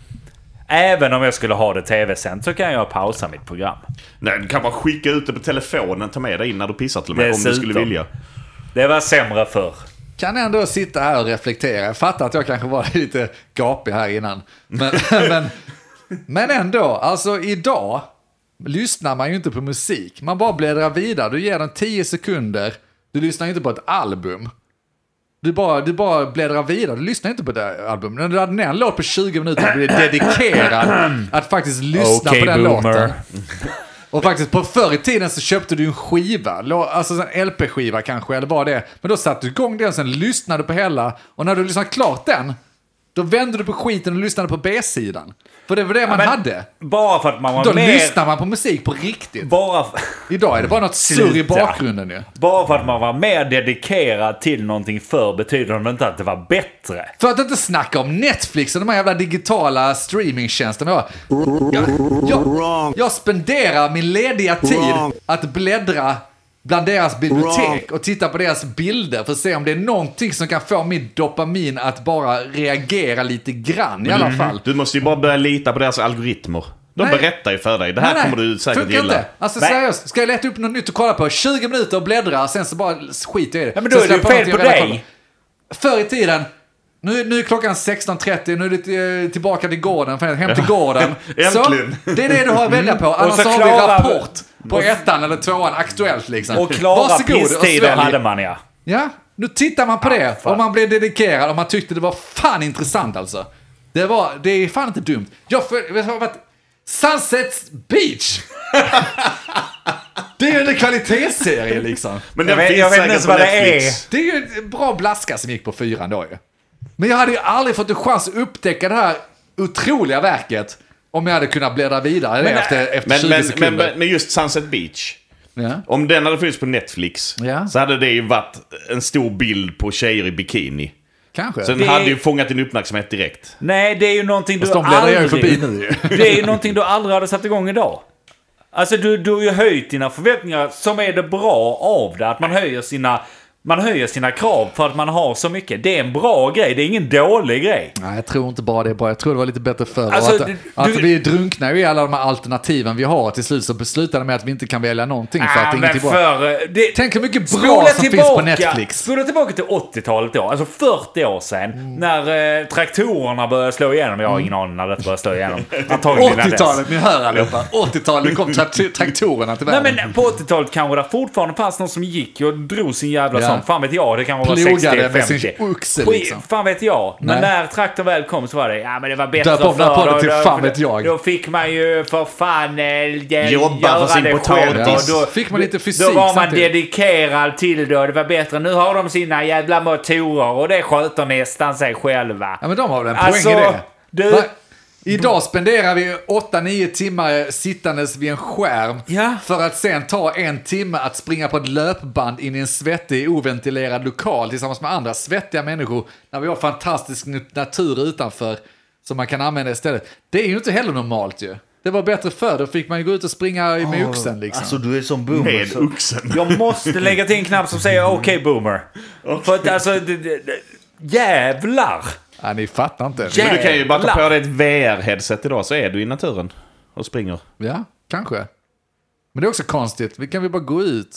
Även om jag skulle ha det tv-sänt så kan jag pausa mitt program. Nej, du kan bara skicka ut det på telefonen. Ta med dig in när du pissar till och med. Om du Dessutom. skulle vilja. Det var sämre förr. Kan ändå sitta här och reflektera. Jag fattar att jag kanske var lite gapig här innan. Men, men, men ändå, alltså idag lyssnar man ju inte på musik. Man bara bläddrar vidare. Du ger den tio sekunder. Du lyssnar inte på ett album. Du bara, du bara bläddrar vidare. Du lyssnar inte på det albumet. När du hade ner en låt på tjugo minuter blir dedikerad att faktiskt lyssna Okej, på den boomer. låten. Och faktiskt på förr i tiden så köpte du en skiva, Lå- alltså en L P-skiva kanske, eller vad det är. Men då satte du igång den, sen lyssnade du på hela. Och när du lyssnade klart den, då vände du på skiten och lyssnade på B-sidan. För det var det man men- hade. Bara för att man var Då mer... lyssnar man på musik på riktigt. Bara, Idag är det bara något surr i Sluta. bakgrunden ju. bara för att man var mer dedikerad till någonting förr betyder det inte att det var bättre. För att inte snacka om Netflix och de här jävla digitala streamingtjänsterna. Jag, jag, jag, jag spenderar min lediga tid att bläddra bland deras bibliotek och titta på deras bilder för att se om det är någonting som kan få mitt dopamin att bara reagera lite grann i alla du, fall. Du måste ju bara börja lita på deras algoritmer. De Nej. berättar ju för dig. Det här Nej, nej. kommer du säkert Funkar gilla. inte. Alltså seriöst, ska jag leta upp något nytt att kolla på? tjugo minuter och bläddra, sen så bara skiter jag i det. Ja, men då Så är det ju släpper jag fel något på jag redan dig. kollar. Förr i tiden, nu, nu är klockan sexton trettio, nu är det eh, tillbaka till gården, för hem till gården. Äntligen. Så, det är det du har att välja på. Annars så har vi klara- Rapport på ettan eller tvåan, Aktuellt liksom. Och klara Varsågod och pisstider svälj. hade man, ja. Ja, nu tittar man på det fan. och man blir dedikerad och man tyckte det var fan intressant alltså. Det, var, det är fan inte dumt. Jag har varit Sunset Beach. Det är ju en kvalitetsserie liksom. Men Jag den vet- finns jag vet inte säkert ens på vad det Netflix. Det är ju en bra blaska som gick på fyran då ju. Men jag hade ju aldrig fått en chans att upptäcka det här otroliga verket om jag hade kunnat bläddra vidare Men, efter, efter Men, tjugo men, sekunder. men, men just Sunset Beach. ja. Om den hade funnits på Netflix Ja. så hade det ju varit en stor bild på tjejer i bikini. Kanske. Så den Det- hade ju fångat din uppmärksamhet direkt. Nej, det är ju någonting du Fast de bläddrar jag ju förbi aldrig... nu ju. Det är ju någonting du aldrig hade satt igång idag. Alltså du, du har ju höjt dina förväntningar som är det bra av det. Att man höjer sina... Man höjer sina krav för att man har så mycket. Det är en bra grej, det är ingen dålig grej. Nej, jag tror inte bara det är bra. Jag tror det var lite bättre förr. Alltså, Och att, du- att du- vi drunknar ju i alla de här alternativen vi har. Till slut så beslutar det med att vi inte kan välja någonting för att Ah, ingenting men är bra. för, det, Tänk hur mycket bra Spola som finns på tillbaka- Netflix. Spola tillbaka till åttiotalet då, alltså fyrtio år sedan. Mm. När eh, traktorerna började slå igenom. Jag har ingen aning när det började slå igenom. Antagligen innan dess. åttiotalet, ni hör allihopa. åttiotalet kom tra- traktorerna till Nej världen. men på åttiotalet kanske det fortfarande fanns någon som gick och drog sin jävla Ja. sån. Fan vet jag, det kan vara Plogade sextio med sin femtio. oxe, Skit, liksom. Fan vet jag. Men Nej. när traktorn väl kom så var det, ja men det var bättre Döp om den här förr, podden och till då- fan vet jag. Då fick man ju för fan eh, Jobba göra för sin det själv. potatis. Och då, Fick man lite fysik Då var man samtidigt. dedikerad till det och det var bättre. Nu har de sina jävla motorer och det sköter nästan sig själva. Ja, men de har väl en Alltså, poäng i det. du- Va? Idag spenderar vi åtta nio timmar sittandes vid en skärm Ja. för att sen ta en timme att springa på ett löpband in i en svettig, oventilerad lokal tillsammans med andra svettiga människor när vi har fantastisk natur utanför som man kan använda istället. Det är ju inte heller normalt ju. Det var bättre förr, då fick man ju gå ut och springa med oxen liksom. Alltså du är som boomer. Med så- oxen. Jag måste lägga till en knapp som säger okej boomer. För att alltså, det, det, det, jävlar. Ja, ni fattar inte. Ja. Men du kan ju bara ta Jävlar. på dig ett V R-headset idag så är du i naturen och springer. Ja, kanske. Men det är också konstigt. Vi kan vi bara gå ut?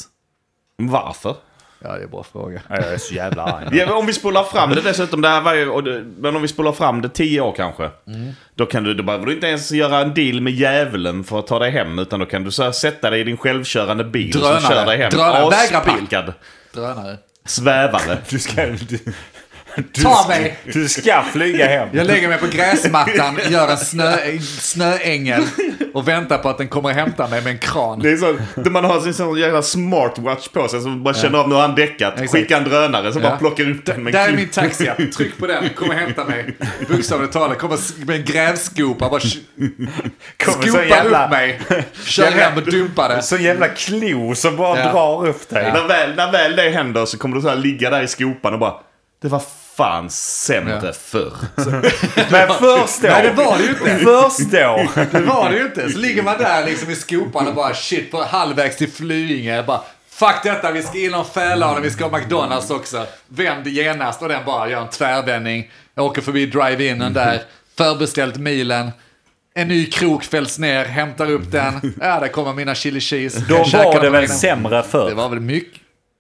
Varför? Ja, det är en bra fråga. Jag är så jävla arg. Ja, men om vi spolar fram det dessutom, det här var ju, och det- men om vi spolar fram det tio år kanske. Då kan du, då behöver du inte ens göra en deal med djävulen för att ta dig hem. Utan då kan du så här, sätta dig i din självkörande bil Drönare. som kör dig hem. Drönare. Vägra bil. Aspackad. Drönare. Svävare. Du ska... Du, du, Ta mig! Du ska flyga hem. Jag lägger mig på gräsmattan, gör en snö, snöängel och väntar på att den kommer hämta mig med en kran. Det är så, där man har sin sån jävla smartwatch på sig som bara känner av nu har han däckat. Exakt. Skicka en drönare som Ja. bara plockar upp den med Där är en min klipp. taxi, tryck på den, kom och hämta mig. Bokstavligt talat, kommer s- med en grävskopa, bara sk- Kommer så skopar jävla- upp mig, kör hem och dumpar det. Så jävla klo som bara Ja. drar upp dig. När väl, när väl det händer så kommer du så här ligga där i skopan och bara det var fan sämre Ja. förr. Men först då. Nej, det var det ju inte. Först då. Det var det ju inte. Så ligger man där liksom i skopan och bara shit, på halvvägs till Flyinge. Bara fuck detta, vi ska inom Fälan och vi ska ha McDonalds också. Vänd genast och den bara gör en tvärvändning. Jag åker förbi drive-inen där, förbeställt milen. En ny krok fälls ner, hämtar upp den. Ja, där kommer mina chili cheese. Då Jag käkar var det dem väl innan. sämre Det förr. var väl mycket.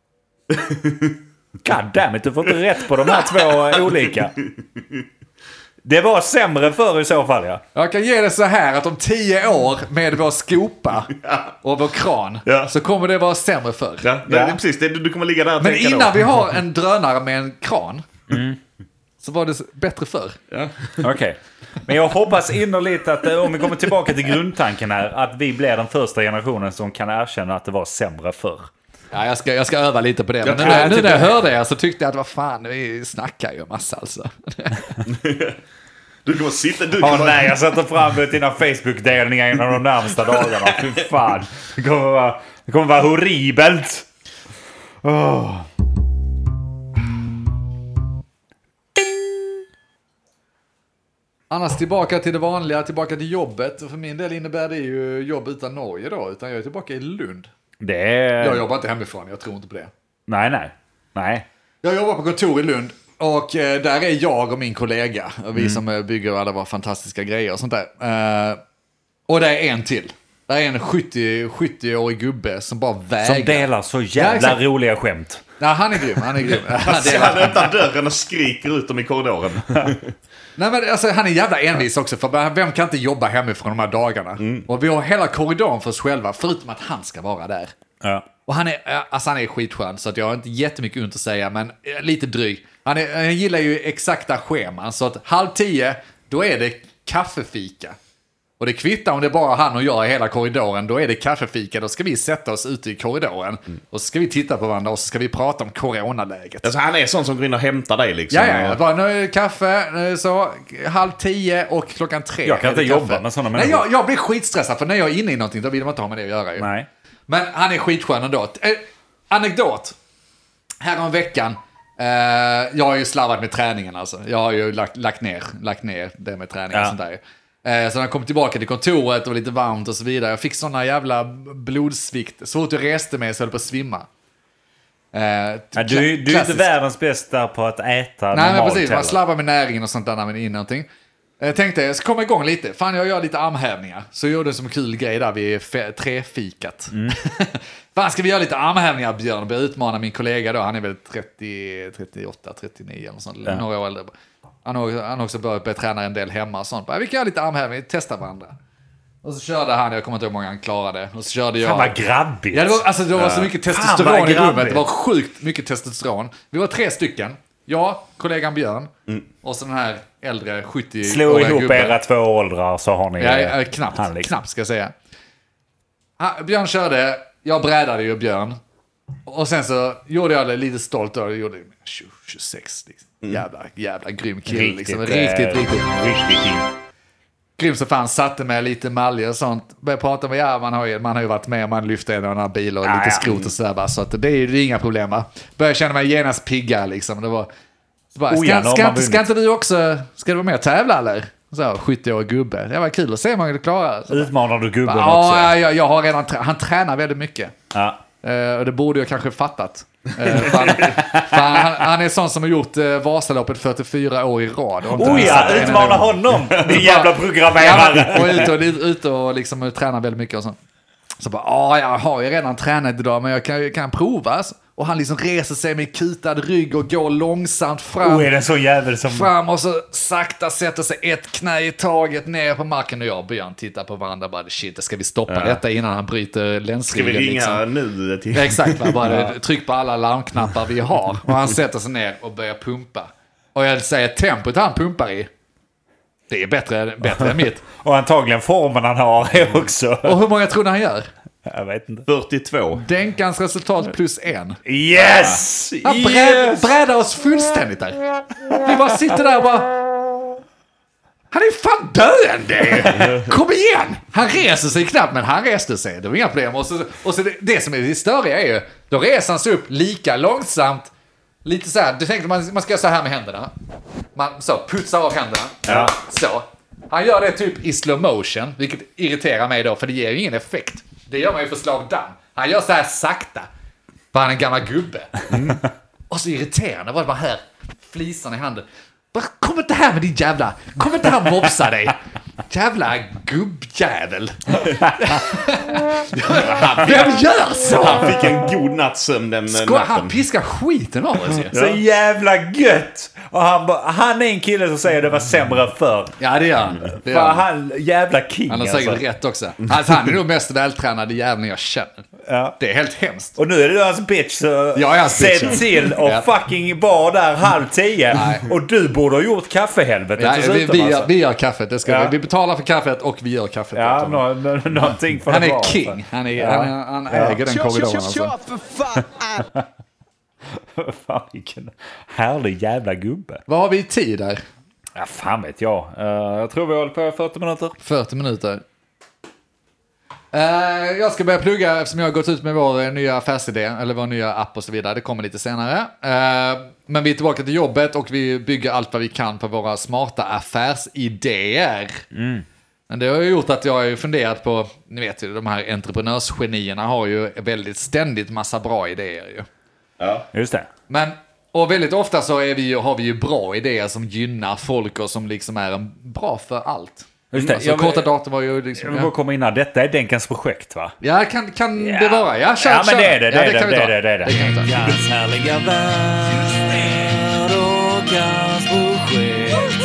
God damn it, du får inte rätt på de här två olika. Det var sämre förr i så fall, ja. Jag kan ge det så här att om tio år med vår skopa och vår kran Ja. så kommer det vara sämre förr. Ja, det, Ja. det, precis. Det, du kommer ligga där och Men tänka innan då. vi har en drönare med en kran så var det bättre förr. Ja. Okej. Men jag hoppas innerligt att eh, om vi kommer tillbaka till grundtanken här, att vi blir den första generationen som kan erkänna att det var sämre förr. Ja, jag, ska, jag ska öva lite på det. Men nu, Ja, när- jag nu tycker- när jag hörde er så tyckte jag att vad fan, vi snackar ju massa alltså. Du kommer sitta... Du Åh kommer, nej, jag sätter fram emot dina Facebook-delningar inom de närmsta dagarna. Fy fan. Det kommer vara, det kommer vara horribelt. Åh. Annars tillbaka till det vanliga, tillbaka till jobbet. Och för min del innebär det ju jobb utan Norge då, utan jag är tillbaka i Lund. Det är... Jag jobbar inte hemifrån, jag tror inte på det. Nej, nej. Nej. Jag jobbar på kontor i Lund och eh, där är jag och min kollega. Och vi Mm. som eh, bygger alla våra fantastiska grejer och sånt där. Eh, och det är en till. Det är en sjuttio, sjuttio-årig gubbe som bara vägrar. Som delar så Ja, jävla exakt. roliga skämt. Nej, han är grym, han är grym. Han Han delar. öppnar dörren och skriker ut dem i korridoren. Nej, men alltså, han är jävla envis också, för vem kan inte jobba hemifrån de här dagarna? Mm. Och vi har hela korridoren för oss själva, förutom att han ska vara där. Ja. Och han är, alltså han är skitskön, så att jag har inte jättemycket ont att säga, men lite dryg. Han, är, han gillar ju exakta scheman, så att halv tio, då är det kaffefika. Och det kvittar om det är bara han och jag i hela korridoren, då är det kaffefika, då ska vi sätta oss ute i korridoren. Mm. Och så ska vi titta på varandra och så ska vi prata om coronaläget. Alltså, han är sån som går in och hämtar dig liksom. Ja, ja, ja. Bara, nu är det kaffe, nu är det så, halv tio och klockan tre. Jag kan inte jobba med sådana Nej, människor. jag, jag blir skitstressad, för när jag är inne i någonting, då vill man inte ha med det att göra ju. Nej. Men han är skitskön ändå. Eh, anekdot. Här om veckan. Eh, jag har ju slarvat med träningen alltså. Jag har ju lagt, lagt, ner, lagt ner det med träning och Ja. sånt där. Eh, så när jag kom tillbaka till kontoret och lite varmt och så vidare. Jag fick såna jävla blodsvikt. Så fort jag reste mig så höll jag på att svimma. Eh, Ja, du, du är inte klassiskt. världens bästa på att äta Nej, normalt men precis. Man heller. slarvar med näringen och sånt där när man är inne någonting. Jag tänkte, jag ska komma igång lite. Fan, jag gör lite armhävningar. Så jag gjorde en som kul grej där vid fe- trefikat. Mm. Fan, ska vi göra lite armhävningar, Björn? Och börja utmana min kollega då. Han är väl trettio, trettioåtta, trettionio eller sånt. Ja. Några år äldre. Han har, han har också börjat börja träna en del hemma och sånt. Bara, vi kan göra lite armhävningar, testa varandra. Och så körde han, jag kommer inte ihåg hur många han klarade. Och så körde jag... Fan vad grabbigt. Ja, det var, alltså, det var så mycket Fan, testosteron vad i rummet. grabbigt. Det var sjukt mycket testosteron. Vi var tre stycken. Jag, kollegan Björn och så den här äldre sjuttio-åriga Slå ihop gubben. era två åldrar så har ni... Ja, eh, ja, knappt, han liksom. knappt ska jag säga. Ha, Björn körde, jag brädade ju Björn. Och sen så gjorde jag det lite stolt och gjorde det tjugo, tjugosex. Liksom. Jävla, jävla grym kille. Riktigt, liksom. eh, riktigt, riktigt. Riktigt in. Grym så fan, satte med lite maljer och sånt. Började prata med, ja man har ju, man har ju varit med och man lyfte en av några bilar och Ja, lite ja. skrot och sådär bara. Så att det är ju det är inga problem va. Började känna mig genast pigga liksom. Det var, så bara, Oh ja, ska, nu har ska, man inte, ska vunnit. inte du också, ska du vara med och tävla eller? Så, sjuttio-årig gubbe. Det var kul att se hur många du klarar. Så bara, Utmanar du gubben också? ja, jag, jag har redan, trä- han tränar väldigt mycket. Ja. Eh, och det borde jag kanske fattat. Eh, för han, för han, han är sån som har gjort uh, Vasaloppet fyrtiofyra år i rad. Och inte Oh missat ja, en utmana enda gång. honom! Din jävla Ja, programmerare! och ute och, ute och liksom tränar väldigt mycket och sånt. Så bara, ja, jag har ju redan tränat idag, men jag kan, jag kan prova. Och han liksom reser sig med kutad rygg och går långsamt fram. Oh, är det en sån jävel som... Fram och så sakta sätter sig ett knä i taget ner på marken. Och jag och Björn tittar på varandra och bara, shit, ska vi stoppa Ja. detta innan han bryter Ska länsryggen? vi ringa liksom? nu till... Exakt, va? Bara tryck på alla larmknappar vi har. Och han sätter sig ner och börjar pumpa. Och jag säger, tempot han pumpar i, det är bättre, bättre än mitt. Och antagligen formen han har är också... Och hur många tror ni han gör? Jag vet inte. fyrtiotvå. Denkans resultat plus en. Yes! Han bräd, Yes! brädar oss fullständigt där. Vi bara sitter där och bara... Han är fan döende! Kom igen! Han reser sig knappt, men han reste sig. Det var inga problem. Och, så, och så det, det som är det störiga är ju, då reser han sig upp lika långsamt. Lite så här, du tänker man, man ska göra så här med händerna. Man så, putsar av händerna. Ja. Så. Han gör det typ i slow motion, vilket irriterar mig då, för det ger ju ingen effekt. Det gör man ju för slag damm. Han gör så här sakta. För han är en gammal gubbe. Mm. Och så irriterande var det bara här, flisan i handen. Bara, kom inte här med din jävla, kom inte här och mopsa dig. Jävla gubbjävel. Vem gör så? Han fick en god nattsömn den Ska, han natten. piskar skiten av oss ju. Så jävla gött! Och han, bara- han är en kille som säger det var sämre förr. Ja, det gör han. Det gör Fan, han. han jävla king Han har säkert alltså. rätt också. Alltså, han är nog mest vältränade jäveln jag känner. Ja. Det är helt hemskt. Och nu är det hans bitch så Jag är hans se bitch. till och Ja. fucking var där halv tio. Nej. Och du borde ha gjort kaffehelvetet Ja, vi, dessutom, vi, gör, alltså. vi gör kaffet. Det ska Ja. vi. vi betalar för kaffet och vi gör kaffet. Ja, åt honom. nå, nå, någonting för Han det är var, king. Han, är, Ja. han, är, han äger den korridoren alltså. Alltså. Fan, vilken härlig jävla gubbe. Vad har vi i tid där? Ja, fan vet jag. Uh, jag tror vi håller på fyrtio minuter. fyrtio minuter. Uh, jag ska börja plugga eftersom jag har gått ut med vår uh, nya affärsidé, eller vår nya app och så vidare. Det kommer lite senare. Uh, men vi är tillbaka till jobbet och vi bygger allt vad vi kan på våra smarta affärsidéer. Mm. Men det har ju gjort att jag har ju funderat på, ni vet ju, de här entreprenörsgenierna har ju väldigt ständigt massa bra idéer ju. Ja. Just det. Men, och väldigt ofta så är vi, har vi ju bra idéer som gynnar folk och som liksom är en, bra för allt. Just det. Alltså, Jag, korta datum var ju liksom... jag vill bara komma in här. Detta är Denkans projekt, va? Ja, kan, kan Ja. det vara? Ja, kör, Ja, men kör. det är det, det ja, är det, kan vi det ta. är det, det är det. Det kan vi ta. Denkans härliga värld och Denkans projekt.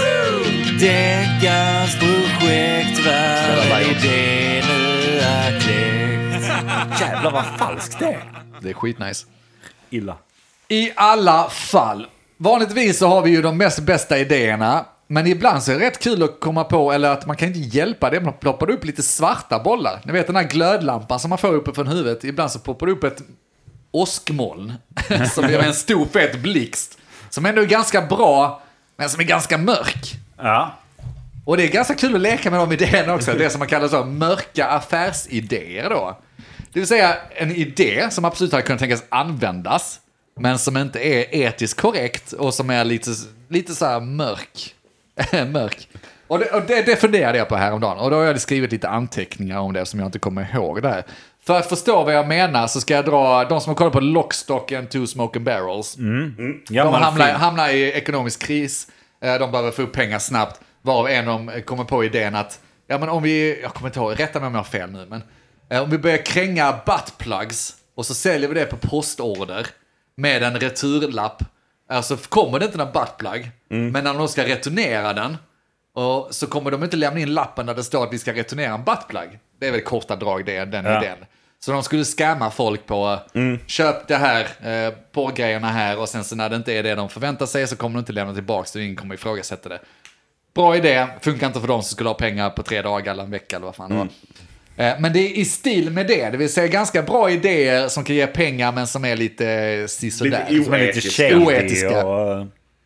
Denkans projekt, vad är det nu är kläckt? Jävlar vad falskt det är. Det är skitnice. Illa. I alla fall. Vanligtvis så har vi ju de mest bästa idéerna. Men ibland så är det rätt kul att komma på, eller att man kan inte hjälpa det. Man ploppar upp lite svarta bollar. Ni vet den här glödlampan som man får uppe från huvudet. Ibland så poppar det upp ett åskmoln. Som gör en stor fet blixt. Som ändå är ganska bra, men som är ganska mörk. Ja. Och det är ganska kul att leka med de idéerna också. Det som man kallar så mörka affärsidéer då. Det vill säga en idé som absolut hade kunnat tänkas användas. Men som inte är etiskt korrekt och som är lite, lite så här mörk. mörk. Och, det, och det, det funderade jag på häromdagen. Och då har jag skrivit lite anteckningar om det som jag inte kommer ihåg där. För att förstå vad jag menar så ska jag dra de som har kollat på Lockstock and Two Smoking Barrels. Mm. De Gammal hamnar, film. hamnar i ekonomisk kris. De behöver få upp pengar snabbt. Varav en av dem kommer på idén att, ja men om vi, jag kommer inte ihåg, rätta mig om jag har fel nu, men eh, om vi börjar kränga buttplugs och så säljer vi det på postorder med en returlapp, alltså kommer det inte någon buttplug, mm. men när de ska returnera den och så kommer de inte lämna in lappen där det står att vi ska returnera en buttplug. Det är väl korta drag det, den Ja. idén. Så de skulle skämma folk på mm. köp det här, eh, på grejerna här och sen så när det inte är det de förväntar sig så kommer de inte lämna tillbaka så ingen kommer ifrågasätta det. Bra idé, funkar inte för dem som skulle ha pengar på tre dagar eller en vecka eller vad fan det var. Mm. Men det är i stil med det, det vill säga ganska bra idéer som kan ge pengar men som är lite sisådär. Lite Som är lite oetiska. shady Oetiska. och...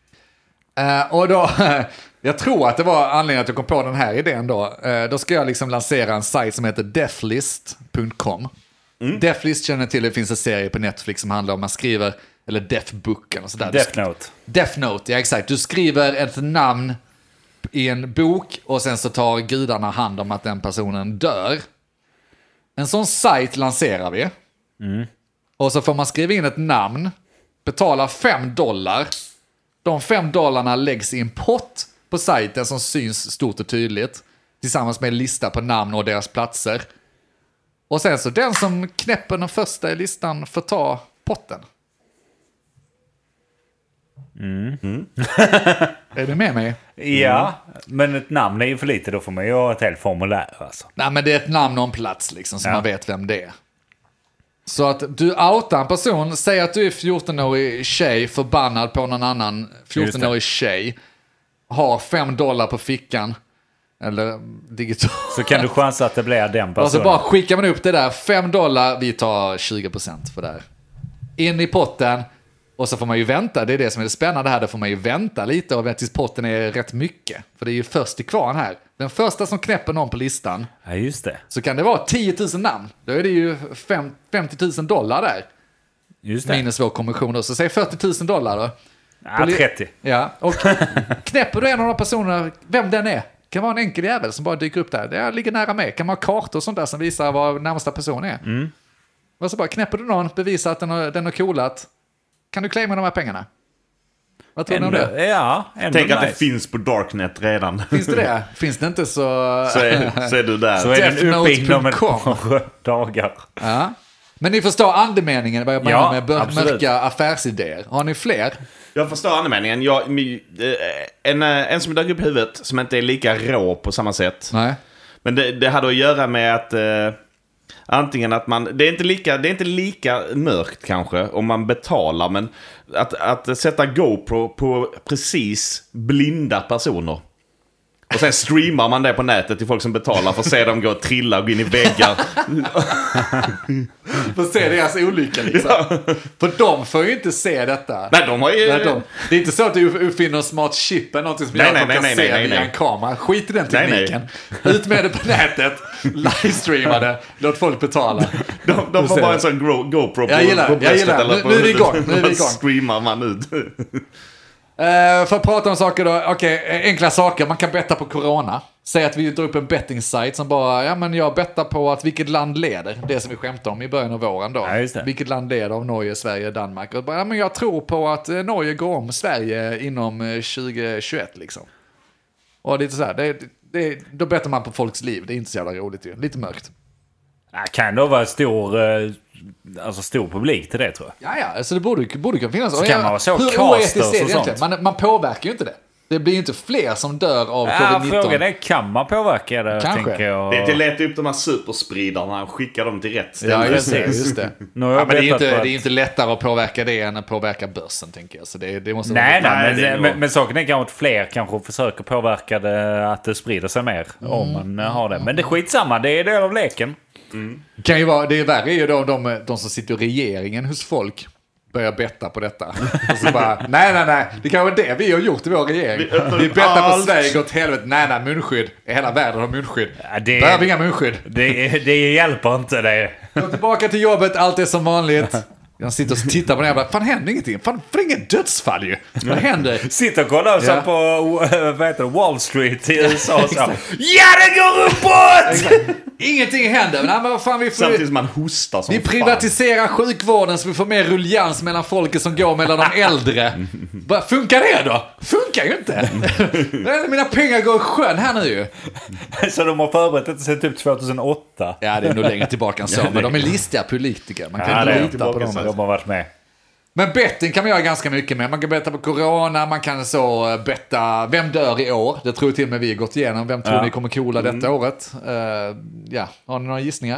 Uh, och då, jag tror att det var anledningen att jag kom på den här idén då. Uh, då ska jag liksom lansera en sajt som heter deathlist punkt com. Mm. Deathlist känner till, det finns en serie på Netflix som handlar om man skriver, eller Deathbooken och sådär. Death Note. Death Note, ja exakt. Du skriver ett namn i en bok och sen så tar gudarna hand om att den personen dör. En sån sajt lanserar vi. Mm. Och så får man skriva in ett namn, betala fem dollar. De fem dollarna läggs i en pott på sajten som syns stort och tydligt. Tillsammans med en lista på namn och deras platser. Och sen så den som knäpper den första i listan får ta potten. Mm. Mm. Är du med mig? Ja, mm. men ett namn är ju för lite. Då får man ju ha ett helt formulär. Alltså. Nej, men det är ett namn och en plats liksom, så ja. man vet vem det är. Så att du outar en person, säg att du är fjorton-årig tjej förbannad på någon annan fjorton-årig tjej, har fem dollar på fickan, eller digitalt. Så kan du chansa att det blir den personen. Och så bara skickar man upp det där, fem dollar, vi tar tjugo procent för det här. In i potten, och så får man ju vänta, det är det som är det spännande här, då får man ju vänta lite och tills potten är rätt mycket. För det är ju först i kvarn här. Den första som knäpper någon på listan, ja, just det. så kan det vara tio tusen namn. Då är det ju femtio tusen dollar där. Just det. Minus vår kommission då. Så säg fyrtio tusen dollar då. Ja, trettio. Ja, och knäpper du en av de personerna, vem den är. Kan vara en enkel jävel som bara dyker upp där. Det ligger nära mig. Kan man ha kartor och sånt där som visar vad närmsta person är. Mm. Och så bara knäpper du någon, bevisar att den har, den har coolat. Kan du claima de här pengarna? Vad tror du om det? Ja, tänk nice. att det finns på Darknet redan. Finns det det? Finns det inte så... så, är, så är du där. Så är den uppe inom ett deathnote punkt com. par dagar. Ja. Men ni förstår andemeningen vad jag menar Ja, med bör- absolut. mörka affärsidéer. Har ni fler? Jag förstår andemeningen. Jag, en, en som dök upp i huvudet som inte är lika rå på samma sätt. Nej. Men det, det hade att göra med att eh, antingen att man, det är inte lika, det är inte lika mörkt kanske om man betalar, men att, att sätta GoPro på precis blinda personer. Och sen streamar man det på nätet till folk som betalar för att se dem gå och trilla och gå in i väggar. För att se deras olycka liksom. Ja. För de får ju inte se detta. Nej, de har ju... Nej, de, det är inte så att du uppfinner en smart chip eller någonting som Nej, gör att nej, de kan nej, se nej, nej, via nej. en kamera. Skit i den Nej, tekniken. Ut med det på nätet. Livestreama det. Låt folk betala. De, de Du får ser bara det. en sån Go- GoPro på, Jag gillar, på jag bröstet. gillar. Eller Nu, på nu är vi huvudet. igång. Nu är vi Då igång. streamar man ut. Uh, för att prata om saker då, okej, okay, enkla saker. Man kan betta på corona. Säg att vi drar upp en betting-site som bara, ja men jag bettar på att vilket land leder. Det som vi skämtade om i början av våren då. Ja, vilket land leder av Norge, Sverige, Danmark. Och bara, ja men jag tror på att Norge går om Sverige inom tjugo tjugoett liksom. Och lite så här, det, det, då bettar man på folks liv. Det är inte så jävla roligt ju. Lite mörkt. Det kan då vara stor, alltså stor publik till det tror jag. Ja, ja, alltså det borde, borde kunna finnas. Så kan man vara så hur casters oetiskt är det och egentligen? sånt. Man, man påverkar ju inte det. Det blir ju inte fler som dör av Ja, covid nitton. frågan är, kan man påverka det? Kanske. Tänker jag. Det är till leta upp de här superspridarna och skicka dem till rätt ställe. Ja, just det. Just det. Nu har jag Ja, men det är, bettat inte, på att- det är inte lättare att påverka det än att påverka börsen, tänker jag. Så det, det måste Nej, vara nej, Nej, det är men, nog- men, men saken är kanske att fler kanske försöker påverka det, att det sprider sig mer om man eh, har det. Men det är skitsamma, det är del av leken. kan ju vara, det är värre är ju då de, de som sitter i regeringen hos folk börjar betta på detta. Och så bara, nej, nej, nej, det kan vara det vi har gjort i vår regering. Vi öppnar Vi upp bettar på allt. Sverige, går åt helvete. Nej, nej, munskydd. Hela världen har munskydd. Ja, det- Behöver inga munskydd. Det, det hjälper inte det. Gå tillbaka till jobbet, allt är som vanligt. Jag sitter och tittar på det här och bara, fan händer ingenting? Fan, för inget dödsfall ju. Vad händer? Sitter och kollar så Ja. på vad heter det, Wall Street i U S A. Så. Ja, det går uppåt! Ingenting händer. Nej, men vad fan, vi får... Samtidigt som man hostar som Vi fan. privatiserar sjukvården så vi får mer rullians mellan folket som går mellan de äldre. Bara, funkar det då? Funkar ju inte. Mina pengar går i sjön här nu ju. Så de har förberett det sen typ tjugohundraåtta. Ja, det är nog längre tillbaka än så. Men de är listiga politiker. Man kan Ja, inte det är lita på dem. De har varit med. Men betting kan man göra ganska mycket med. Man kan betta på corona, man kan så betta vem dör i år. Det tror till och med vi har gått igenom. Vem tror Ja. ni kommer coola detta året? Uh, ja, har ni några gissningar?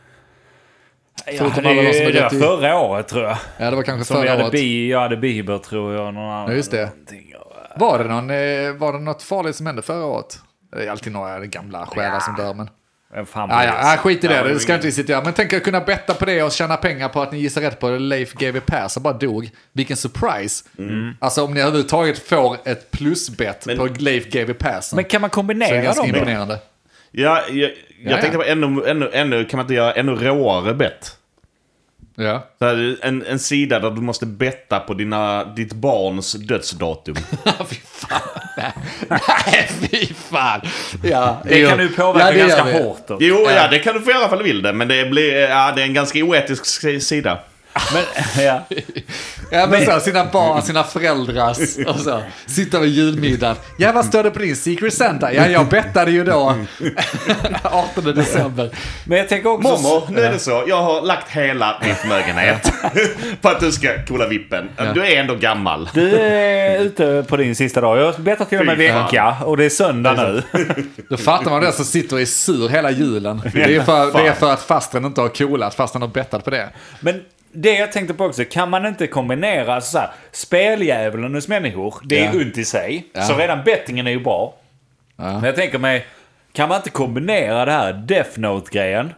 Ja, Förutom det, alla de som har det var gått i- förra året tror jag. Ja, det var kanske Som jag förra hade, året. bi, jag hade Bieber tror jag. Någon annan, Ja, just det. någonting. Var det, någon, eh, var det något farligt som hände förra året? Det är alltid några gamla själar Ja. som dör, men... Vem fan Ja, ja, ja, skit i det, Ja, det det ska är inte vi sitta och göra. Men tänk att kunna betta på det och tjäna pengar på att ni gissar rätt på det. Leif G W Persson bara dog. Vilken surprise. Alltså om ni överhuvudtaget får ett plusbett Men- på Leif G W Persson. Men kan man så är det kombinera ganska dem då? imponerande. Ja, jag, jag Ja, tänkte ja. på ännu, ännu, ännu, kan man inte göra ännu råare bett? Ja. Så här, en, en sida där du måste betta på dina, ditt barns dödsdatum. Fy fan. Nej, fy fan. Ja, Det jo. kan du påverka Ja, det gör ganska vi. hårt då. Jo, Ja. ja, det kan du få göra ifall du vill det. Men det, blir, ja, det är en ganska oetisk si- sida. Men, ja. Ja, men så, sina barn, sina föräldrars och så. Sitta vid julmiddagen. Ja, vad står det på din Secret Santa? Ja, jag bettade ju då. artonde december. Men jag tänker också... Mormor, nu är det så. Jag har lagt hela min förmögenhet på att du ska kolla vippen. Du är ändå gammal. Du är ute på din sista dag. Jag har bettat till och med Fy fan. vecka och det är söndag nu. Då fattar man det som sitter och är sur hela julen. Det är för, det är för att fastren inte har coolat, fast han har bettat på det. Men det jag tänkte på också, kan man inte kombinera alltså så här, speldjävulen hos människor, det är Ja. ont i sig. Ja. Så redan bettingen är ju bra. Ja. Men jag tänker mig, kan man inte kombinera det här Death Note-grejen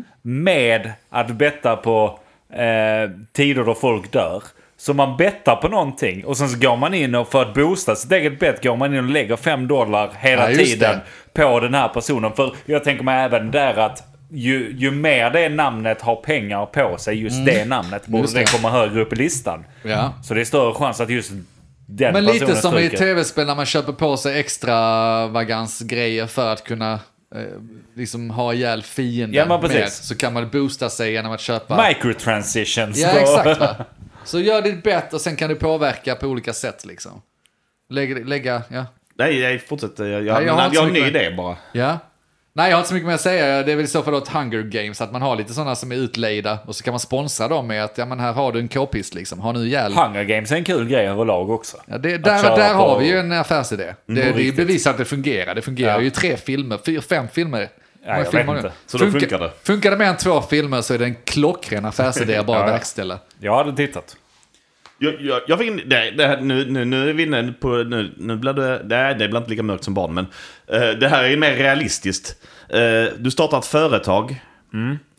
med att betta på eh, tider då folk dör? Så man bettar på någonting och sen så går man in och för att boosta sitt eget bett går man in och lägger fem dollar hela Ja, just tiden på den här personen. För jag tänker mig även där att ju, ju mer det namnet har pengar på sig, just det namnet, borde Just det det. komma högre upp i listan. Ja. Så det är större chans att just den Men personen lite som i stryker. tv-spel när man köper på sig extravagansgrejer för att kunna eh, liksom ha ihjäl fienden Ja, men precis. med, så kan man boosta sig genom att köpa... Microtransitions. Ja, på- exakt va? Så gör ditt bett och sen kan du påverka på olika sätt liksom. Lägga, lägga ja. Nej, jag fortsätter. Jag, jag, jag har jag, inte jag så har en ny mycket idé bara. Ja. Nej, jag har inte så mycket mer att säga. Det är väl i så fall då ett Hunger Games, att man har lite sådana som är utlejda och så kan man sponsra dem med att ja, men här har du en k-pist liksom, har nu ihjäl. Hunger Games är en kul grej överlag också. Ja, det, Att där köra där på- har vi ju en affärsidé. Det, det är ju riktigt. bevisat att det fungerar. Det fungerar Ja. ju tre filmer, fyra, fem filmer. Hur många jag filmer vet har inte. du? Så då funkar det. Funkar det mer än två filmer så är det en klockren affärsidé att bara Ja, ja. verkställa. Jag hade tittat. Jag, jag, jag fick en, det, det här, nu, nu, nu är vi inne på... Nu, nu blir det, det, det blir inte lika mörkt som barn, men eh, det här är ju mer realistiskt. Eh, du startar ett företag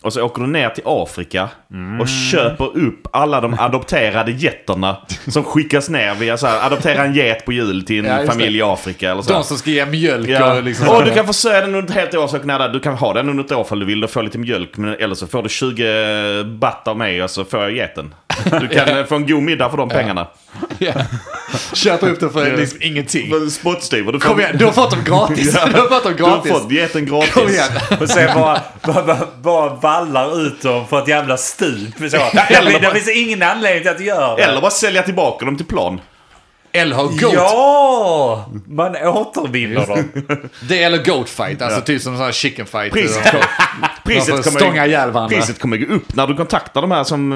och så åker du ner till Afrika Mm. och köper upp alla de adopterade getterna som skickas ner via så här, adoptera en get på jul till en Ja, just familj i Afrika eller så. De som ska ge mjölk Ja. och liksom... Och du kan få söda den under ett helt år, så när du kan ha den under ett år för du vill få lite mjölk, men eller så får du tjugo batt av mig och så får jag geten. Du kan få en god middag för de pengarna. Ja. Köpa upp det för liksom ingenting. Spottstyver. Du får, Kom igen, du har fått dem gratis. Ja. Du har fått dem du har gratis. fått geten gratis. Kom igen. Och sen bara, bara, bara, bara vallar ut dem för ett jävla stup. Så. eller det, det bara- finns ingen anledning till att göra det. Eller bara sälja tillbaka dem till plan. Eller ha goat. Ja! Man återvinner dem. Det eller goat fight. Alltså typ som en sån här chicken fight. Pris. De får Priset stånga kommer, ihjäl varandra. priset kommer gå upp när du kontaktar de här som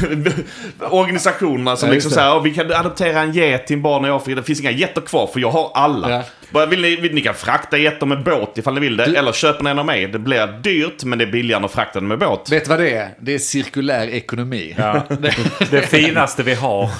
organisationerna som Ja, liksom just säger att vi kan adoptera en get till en barn i Afrika. Det finns inga getter kvar för jag har alla. Ja. Bara, vill ni, vill, ni kan frakta getter med båt ifall ni vill det. Du- Eller köpa en av mig. Det blir dyrt men det är billigare att frakta den med båt. Vet du vad det är? Det är cirkulär ekonomi. Ja. Det finaste vi har.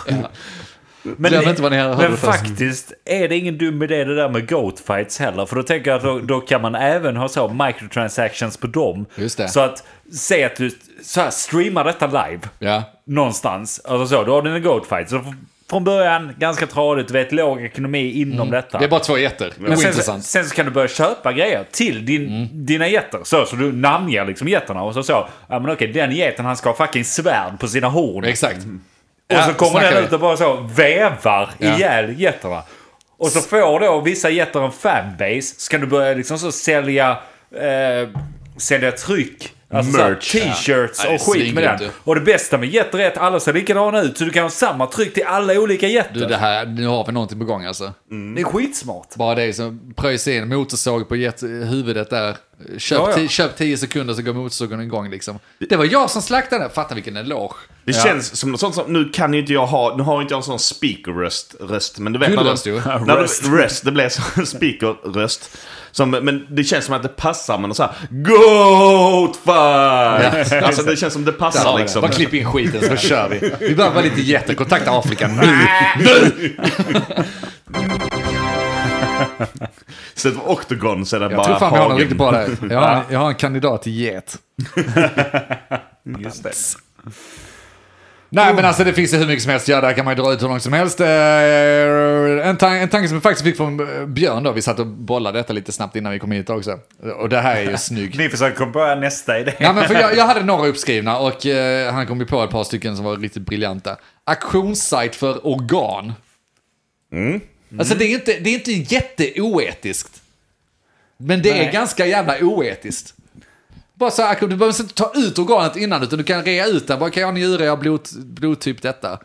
Men, Glöm inte vad ni har hört men först. faktiskt är det ingen dum idé det där med goat fights heller. För då tänker jag att då, då kan man även ha så microtransactions på dem. Just det. Så att, se att du så här, streamar detta live Ja. någonstans. Alltså så, då har du en goat fight. Så från början, ganska tradigt, du vet, låg ekonomi inom detta. Det är bara två getter. Men sen, Ointressant. sen så kan du börja köpa grejer till din, dina getter. Så, så du namnger liksom getterna och så så. Ja men okej, den geten han ska ha fucking svärd på sina horn. Exakt. Och Ja, så kommer snackar den vi. ut och bara så vävar Ja. ihjäl getterna. Och så får då vissa getter en fanbase. Ska du börja liksom så sälja eh, sälja tryck. Alltså så här Merch. t-shirts Ja. och skit med Svingrymt, den. du. Och det bästa med getter är att alla ser likadana ut. Så du kan ha samma tryck till alla olika getter. Du, det här, nu har vi någonting på gång alltså. Det är skitsmart. Bara det som pröjsa in motorsåg på jet, huvudet där. Köp, Ja, ja. ti- köp tio sekunder så går motorsågen igång liksom. Det var jag som slaktade den. Fatta vilken eloge. Det känns som något sånt som, nu kan ju inte jag ha, nu har inte jag en sån speakerröst, röst, men du vet Guldröst, när ju. de, när röst. Du, röst, det blev så speakerröst. Som, men det känns som att det passar med något så här goat fight! Alltså det känns som det Där passar har vi det. liksom. Bara klipp in skiten så kör vi. Vi behöver vara lite jätter. Kontakta Afrika nu. Nu! Istället för Octagon så är det Jag bara tror fan vi har något hagen. riktigt bra där. Jag har, jag har en kandidat till get. Just det. Nej men alltså det finns ju hur mycket som helst att göra. Där kan man ju dra ut hur långt som helst. Eh, En, tan- en tanke som vi faktiskt fick från eh, Björn då. Vi satt och bollade detta lite snabbt innan vi kom hit också. Och det här är ju snyggt. Ni försöker komma på nästa idé. Ja, men för jag, jag hade några uppskrivna och eh, han kom ju på ett par stycken som var riktigt briljanta. Auktionssajt för organ. Mm. Alltså det är inte, det är inte jätteoetiskt. Men det Nej. är ganska jävla oetiskt. Bara så här, du behöver inte ta ut organet innan utan du kan rea ut det. Bara kan jag ha njure, jag har blod, blodtyp detta.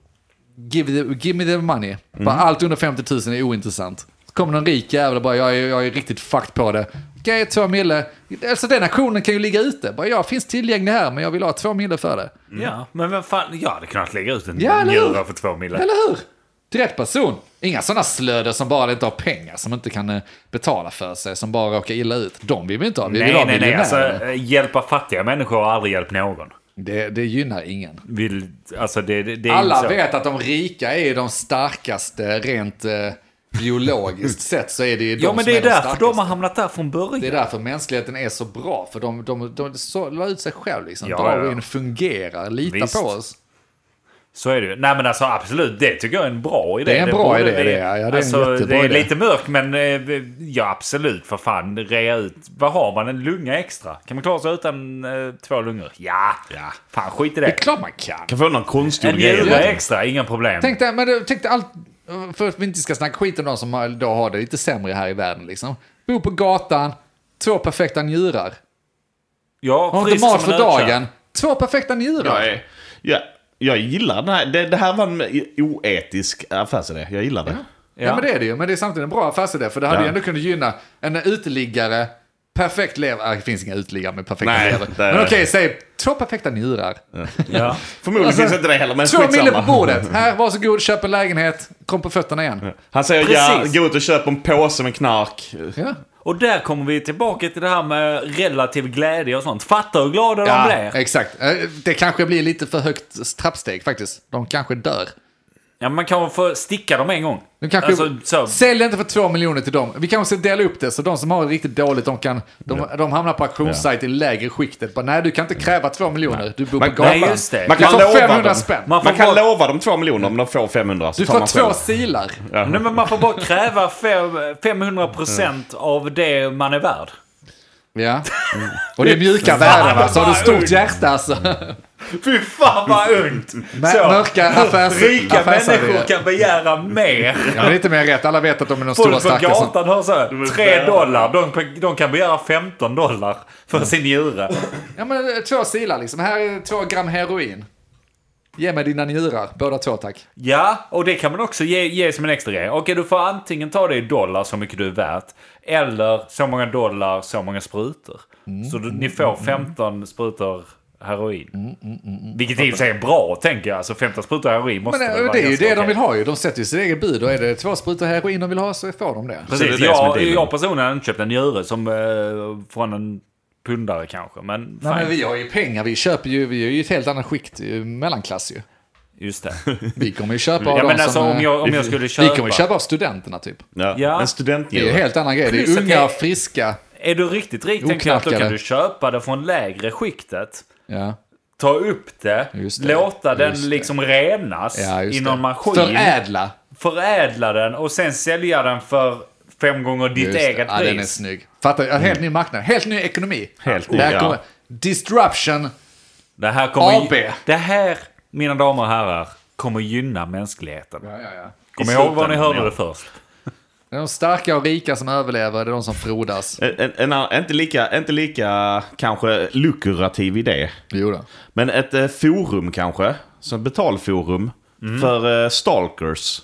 Give, the, give me the money. Bara allt under femtio tusen är ointressant. Så kommer någon rik jävel och bara jag är, jag är riktigt fucked på det. Okej, två mille. Alltså den aktionen kan ju ligga ute. Bara jag finns tillgänglig här men jag vill ha två mille för det. Ja, men vem fan, jag hade kunnat lägga ut en Ja, eller hur? njure för två millar. Eller hur? Till rätt person. Inga sådana slöder som bara inte har pengar, som inte kan eh, betala för sig, som bara råkar illa ut. De vill vi inte ha. Vi vill Nej, ha nej, nej. Alltså, miljonärer. eh, hjälpa fattiga människor har aldrig hjälpt någon. Det, det gynnar ingen. Vill, alltså det, det, det är Alla inte så. vet att de rika är de starkaste rent eh, biologiskt sett. Så är det ju de Ja, men som det är de därför starkaste. de har hamnat där från början. Det är därför mänskligheten är så bra. För de, de, de, de så, la ut sig själv liksom. Ja, Darwin ja. fungerar. Lita Visst. på oss. Så är det ju. Nej men alltså absolut, det tycker jag är en bra idé. Det är en bra borde idé, vi- det är- ja, det är en alltså, jättebra det är idé. lite mörkt men eh, ja absolut för fan, rea ut. Vad har man, en lunga extra? Kan man klara sig utan eh, två lungor? Ja, Ja. fan skit i Det är det. klart man kan. Kan få någon konstgjord En grej. njure extra, inga problem. Tänk dig, men du, tänk dig allt, för att vi inte ska snacka skit om de som har- då har det lite sämre här i världen liksom. Bo på gatan, två perfekta njurar. Ja, Har inte frisk mat som för en nötkärn. dagen, två perfekta njurar. Jag, är, ja, jag gillar den här. Det, det här var en oetisk affärsidé. Jag gillar det. Ja. Ja. men det är det ju, men det är samtidigt en bra affärsidé, för det hade Ja. ju ändå kunnat gynna en uteliggare, perfekt lever, ah, det finns inga uteliggare med perfekta Nej, lever. det- Men okej, säg två perfekta njurar. Ja. Förmodligen Alltså, finns inte det heller, men Två mille skitsamma. på bordet, här, varsågod, köp en lägenhet, kom på fötterna igen. Han säger Precis. ja, gå ut och köp en påse med knark. Ja. Och där kommer vi tillbaka till det här med relativ glädje och sånt. Fatta hur glada Ja, de blir. exakt. Eh, Det kanske blir lite för högt trappsteg faktiskt. De kanske dör. Ja, man kan få sticka dem en gång. Du kanske, Alltså, så. Sälj inte för två miljoner till dem. Vi kanske ska dela upp det så de som har det riktigt dåligt, de, kan, de, Ja. de hamnar på auktionssajt i lägre skiktet. Bara, nej, du kan inte kräva två miljoner. Du bor på Man- gatan. Nej, just det. Man Du kan får lova femhundra dem. spänn. Man får Man kan bara, lova dem två miljoner om de får femhundra. Så Du tar får man två själv. silar. Ja. nej, men man får bara kräva fem- femhundra procent av det man är värd. Ja. Och det är mjuka värden, va? Så har du stort hjärta alltså. Fy fan vad ungt! Mä- mörka affärs- Rika affärsidéer. människor kan begära mer. Ja, det är inte mer rätt. Alla vet att de är de stora Folk på starka. som- gatan har så här, tre dollar. De, de kan begära femton dollar för sin njure. Ja, men eh, två silar liksom. Här är två gram heroin. Ge mig dina njurar. Båda två, tack. Ja, och det kan man också ge, ge som en extra grej. Okej, du får antingen ta det i dollar så mycket du är värt. Eller så många dollar, så många sprutor. Så du, ni får femton sprutor heroin. Vilket i och för sig är bra, tänker jag. Alltså femton sprutor heroin måste Men väl eh, vara det är ju ganska det de okej. vill ha ju. De sätter ju sitt eget bud. Och är det två sprutor heroin de vill ha så får de det. Så det är Precis, det som är jag, dealen. jag personligen köpte en njure som eh, från en pundare kanske. Men, Nej, fine. men vi har ju pengar. Vi köper ju, vi är ju ett helt annat skikt. ju mellanklass ju. Just det. Vi kommer ju köpa av Ja, dem men alltså som... om eh, jag, om jag skulle Vi köpa... kommer ju köpa av studenterna typ. Ja. Ja. En Det är ju studentnjure. en helt annan grej. Det Plus är att unga, det- friska. Är du riktigt rik, tänker jag att då kan Oknackade. du köpa det från lägre skiktet. Ja. Ta upp det, Just det. låta den Just det. liksom renas Ja, just i det. någon maskin. Förädla. Förädla den och sen sälja den för fem gånger ditt Just det. eget Ja, pris. den är snygg. Fattar du? En helt ny marknad. Helt ny ekonomi. Helt Det ny, här ja. kommer... Disruption. Det här kommer... A B. Det här, mina damer och herrar, kommer gynna mänskligheten. Ja, ja, ja. Kom I ihåg var ni slutändan, hörde ja. det först. Det är de starka och rika som överlever. Det är de som frodas. En, en, en, inte, lika, inte lika kanske lukrativ idé. Jo då. Men ett eh, forum kanske. Som betalforum. För eh, stalkers.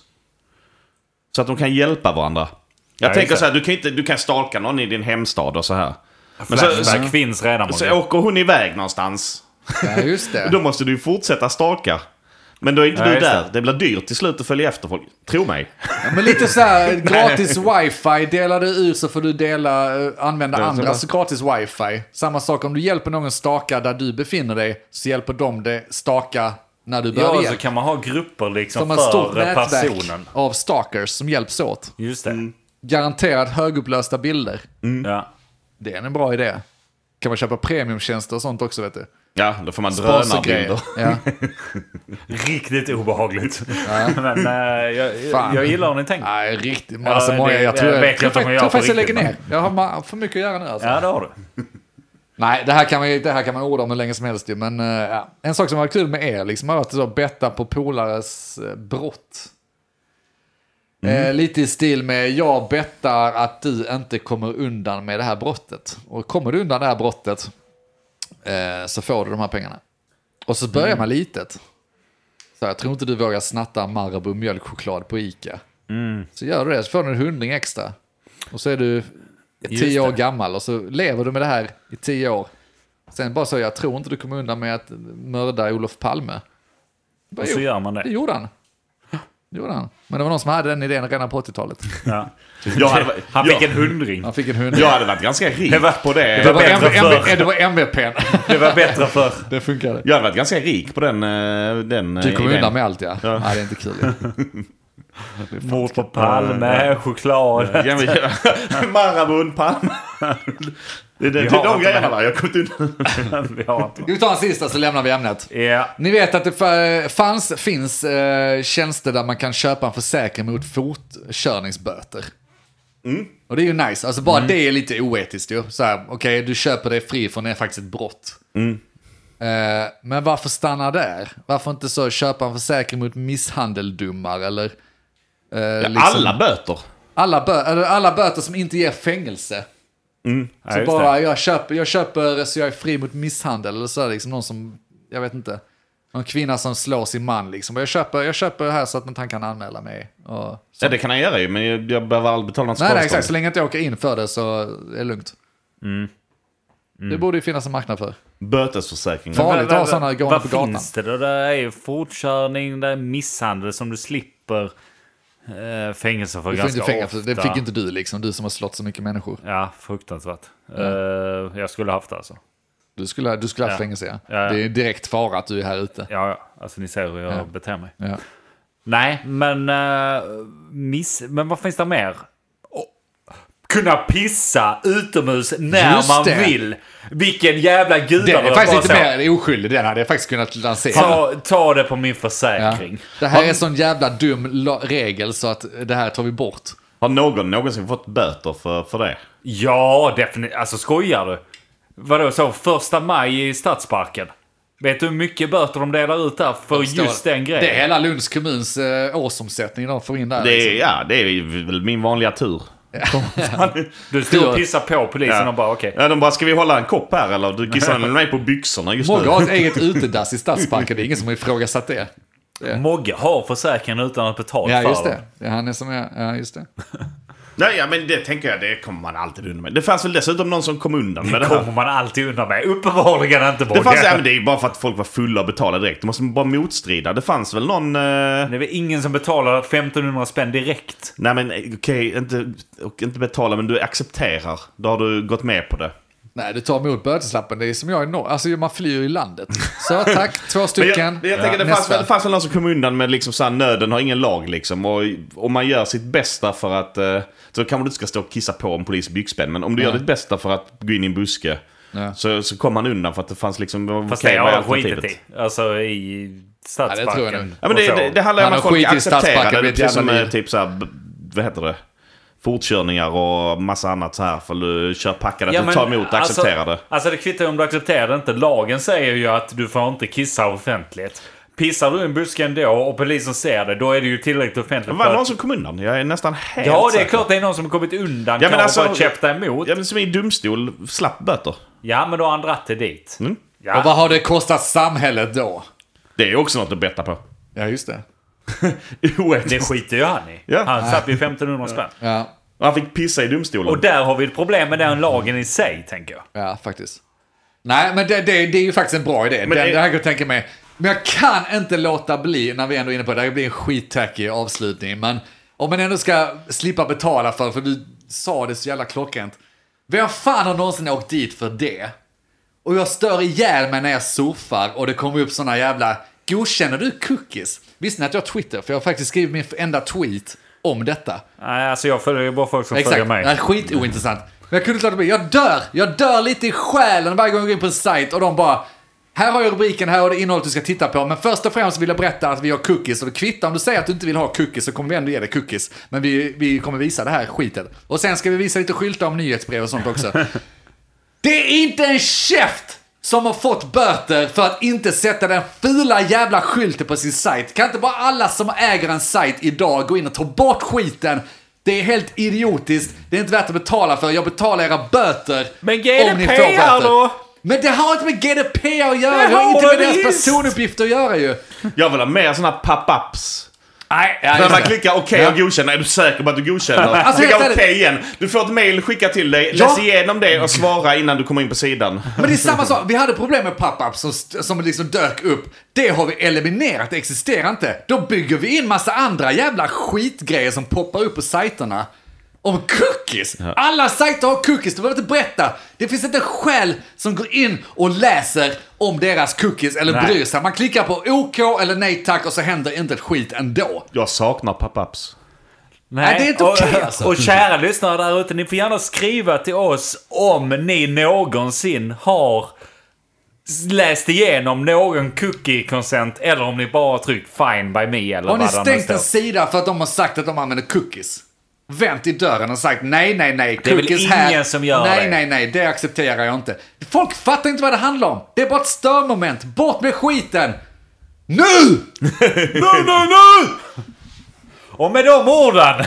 Så att de kan hjälpa varandra. Jag Ja, tänker just så här, du kan, inte, du kan stalka någon i din hemstad och så här. Men Flashback så, finns redan. så Morgan. åker hon iväg någonstans. Ja, just det. Då måste du ju fortsätta stalka. Men då är inte Ja, du just där. det. Det blir dyrt till slut att följa efter folk. Tro mig. Ja, men lite så här gratis wifi. Delar du ut så får du dela, eh, använda Ja, så andras gratis wifi. Samma sak om du hjälper någon staka där du befinner dig. Så hjälper de dig staka när du behöver Ja, så hjälp. kan man ha grupper liksom Som ett stort för nätverk personen. av stalkers som hjälps åt. Just det. Garanterat högupplösta bilder. Ja. Det är en bra idé. Kan man köpa premiumtjänster och sånt också, vet du. Ja, då får man Sponsorgrejer. drönarbilder. Ja. Riktigt obehagligt. Men äh, jag, Fan. jag gillar hur ni tänker. Nej, riktigt. Ja, Alltså, många, det- jag tror jag jag, vet tror, inte om jag, jag tror har på faktiskt jag lägger riktigt, ner. Jag har ma- för mycket att göra nu alltså. Ja, det har du. Nej, det här kan man, ju- det här kan man orda om hur länge som helst ju, men uh, ja. En sak som var kul med er liksom, har varit att betta på polares uh, brott. Eh, lite i stil med, jag bettar att du inte kommer undan med det här brottet. Och kommer du undan det här brottet eh, så får du de här pengarna. Och så börjar man litet. Så jag tror inte du vågar snatta Marabou mjölkchoklad på Ica. Så gör du det, så får du en hundring extra. Och så är du tio år det. gammal och så lever du med det här i tio år. Sen bara så, jag tror inte du kommer undan med att mörda Olof Palme. Bara, Och så jo, gör man Det det. gjorde han. Det gjorde han. Men det var någon som hade den idén redan på åttiotalet. Ja. Jag hade, Han jag, fick en hundring. Han fick en hundring. jag hade varit ganska rik Det var- på det. det Det var, bättre M- M- förr. det var M V P. Det var bättre för. Det funkade. Jag hade varit ganska rik på den, eh, den Du kommer idén. undan med allt, ja. Ja. Nej, det är inte kul. Mord på Palme, choklad. Ja, men- Marabou, Palme. Det är det, Vi det har är de inte grejerna det. va? Jag kommer inte undan. Vi har inte. Vi tar en sista så lämnar vi ämnet. Ja. Ni vet att det fa- fanns, finns eh, tjänster där man kan köpa en försäkring mot fortkörningsböter. Och det är ju nice. Alltså bara det är lite oetiskt ju. Så här, okej, du köper dig fri från det är faktiskt ett brott. Eh, men varför stanna där? Varför inte så köpa en försäkring mot misshandeldomar eller... eh, Ja, liksom- alla böter. Alla, bö- eller alla böter som inte ger fängelse. Ja, Så just bara, det. jag köper, jag köper så jag är fri mot misshandel. Eller så är det liksom någon som, jag vet inte. Någon kvinna som slår sin man liksom. Jag köper, jag köper det här så att inte han kan anmäla mig. Och så. Ja, det kan han göra ju, men jag, jag behöver aldrig betala något Nej, nej, exakt. skadestånd. Så länge inte jag åker in för det så är det lugnt. Det borde ju finnas en marknad för. Bötesförsäkring. Fan. Farligt att ha sådana gående Vad på gatan. finns det då? Det är ju fortkörning, det är misshandel som du slipper eh, fängelse för Du får ganska inte fängelse, ofta. det fick inte du liksom. Du som har slått så mycket människor. Ja, fruktansvärt. Eh, jag skulle haft det alltså. Du skulle, du skulle ha haft Ja. fängelse, ja. Ja, ja. Det är direkt fara att du är här ute. Ja, ja. Alltså ni ser hur jag Ja. beter mig. Ja. Nej, men... Uh, miss... Men vad finns det mer? Oh, kunna pissa utomhus när Just man det. vill. Vilken jävla gudar. Den är det faktiskt var lite så. mer oskyldig. Den hade jag faktiskt kunnat lansera. Ta, ta det på min Ja. försäkring. Det här är sån jävla dum la- regel så att det här tar vi bort. Har någon någonsin fått böter för, för det? Ja, definitivt. Alltså skojar du? Vadå, så första maj i Stadsparken? Vet du hur mycket böter de delar ut där för just den grejen? Det är hela Lunds kommuns eh, årsomsättning de får in där. Det är, liksom. ja, det är väl min vanliga tur. Du står och pissar på polisen Ja. och bara okej. Ja, de bara, ska vi hålla en kopp här eller? Du kissar mig på byxorna just Många nu. har ett eget utedass i Stadsparken. Det är ingen som har ifrågasatt det. Mogge har försäkringen utan att betala Ja, för just det. den. Det är han som är... Ja, just det. Nej, ja, men det tänker jag, det kommer man alltid undan med. Det fanns väl dessutom någon som kom undan med Det det här. kommer man alltid undan med. Uppenbarligen inte Mogge. Det fanns, ja, men det är ju bara för att folk var fulla och betalade direkt. De måste bara motstrida. Det fanns väl någon... Eh... Det är väl ingen som betalar femtonhundra spänn direkt. Nej, men okej, okay, inte, och inte betala, men du accepterar. Då har du gått med på det. Nej, du tar emot böteslappen. Det är som jag i norr. Alltså, man flyr i landet. Så, tack. Två Men stycken. jag, jag tänker, det, fanns väl, det fanns väl någon som kom undan med liksom så här, nöden har ingen lag liksom. Och om man gör sitt bästa för att... Eh, så kanske du inte ska stå och kissa på en polis byxspänn. Men om du Ja. gör ditt bästa för att gå in i en buske. Ja. Så, så kom man undan för att det fanns liksom... Fast okej, det vad är har jag alternativet? skitit i. Alltså i Ja, det tror jag Stadsparken. nog. Ja, men det, Och så. det, det handlar ju om Han att har folk skit i accepterar Stadsparken, det. det är ett Precis som jävla med liv. typ så här, b- vad heter det? Fortkörningar och massa annat så här. För du kör packade, att Ja, du men tar emot och accepterar alltså, det. Alltså det kvittar om du accepterar det inte. Lagen säger ju att du får inte kissa offentligt. Pissar du i en buske ändå och polisen ser det, då är det ju tillräckligt offentligt. Det var för någon att- som kom undan. Jag är nästan helt Ja, det är säker. klart det är någon som har kommit undan. Ja, men Ja, alltså- bara käfta emot. Ja, men som i domstol slapp böter. Ja, men då har han dratt det dit. Mm. Ja. Och vad har det kostat samhället då? Det är ju också något att betta på. Ja, just det. Det Oetiskt. skiter ju han i. Ja. Han satt vid femtonhundra spänn. Ja, Och han fick pissa i domstolen. Och där har vi ett problem med den lagen i sig, tänker jag. ja faktiskt. Nej, men det, det, det är ju faktiskt en bra idé. Men Den, det- det här kan jag tänka mig. Men jag kan inte låta bli, när vi ändå är inne på det, det här blir en skittackig avslutning. Men om man ändå ska slippa betala för, för du sa det så jävla klockrent. Vem fan har någonsin åkt dit för det? Och jag stör ihjäl mig när jag surfar och det kommer upp såna jävla... Godkänner du cookies? Visste ni att jag har Twitter? För jag har faktiskt skrivit min enda tweet om detta. Nej, alltså jag följer ju bara folk som följer Exakt, mig. det är skitointressant. Men jag kunde inte låta bli. Jag dör! Jag dör lite i själen varje gång jag går in på en sajt och de bara... Här har jag rubriken, här har det innehållet du ska titta på. Men först och främst vill jag berätta att vi har cookies. Och det kvittar om du säger att du inte vill ha cookies så kommer vi ändå ge dig cookies. Men vi, vi kommer visa det här skiten. Och sen ska vi visa lite skyltar om nyhetsbrev och sånt också. Det är inte en käft som har fått böter för att inte sätta den fula jävla skylten på sin sajt. Kan inte bara alla som äger en sajt idag gå in och ta bort skiten? Det är helt idiotiskt. Det är inte värt att betala för. Jag betalar era böter. Men om ni G D P får böter. då? Men det har inte med G D P att göra. Det Det har har inte med det deras visst. personuppgifter att göra ju. Jag vill ha mer såna pop-ups. Nej, ja, När just man det. klickar okej Ja. och godkänner, är du säker på att du godkänner? Alltså, Klicka helt okej ärligt. igen. Du får ett mail skickat till dig, Ja. läs igenom det och svara innan du kommer in på sidan. Men det är samma sak. Vi hade problem med pop-ups som, som liksom dök upp. Det har vi eliminerat. Det existerar inte. Då bygger vi in massa andra jävla skitgrejer som poppar upp på sajterna. Om cookies. Alla sajter har cookies. Du behöver inte berätta. Det finns inte en själ som går in och läser om deras cookies eller Nej. bryr sig. Man klickar på OK eller nej tack och så händer inte ett skit ändå. Jag saknar pop-ups. Nej, det är inte och, okej, alltså. Och kära lyssnare där ute, ni får gärna skriva till oss om ni någonsin har läst igenom någon cookie-consent eller om ni bara har tryckt fine by me eller Har ni vad det nu stängt står. en sida för att de har sagt att de använder cookies? Vänt i dörren och sagt nej, nej, nej. Det är väl Cookies här. ingen som gör nej, det. Nej, nej, det accepterar jag inte. Folk fattar inte vad det handlar om. Det är bara ett störmoment. Bort med skiten. Nu! Nej, nej, nej! Och med de orden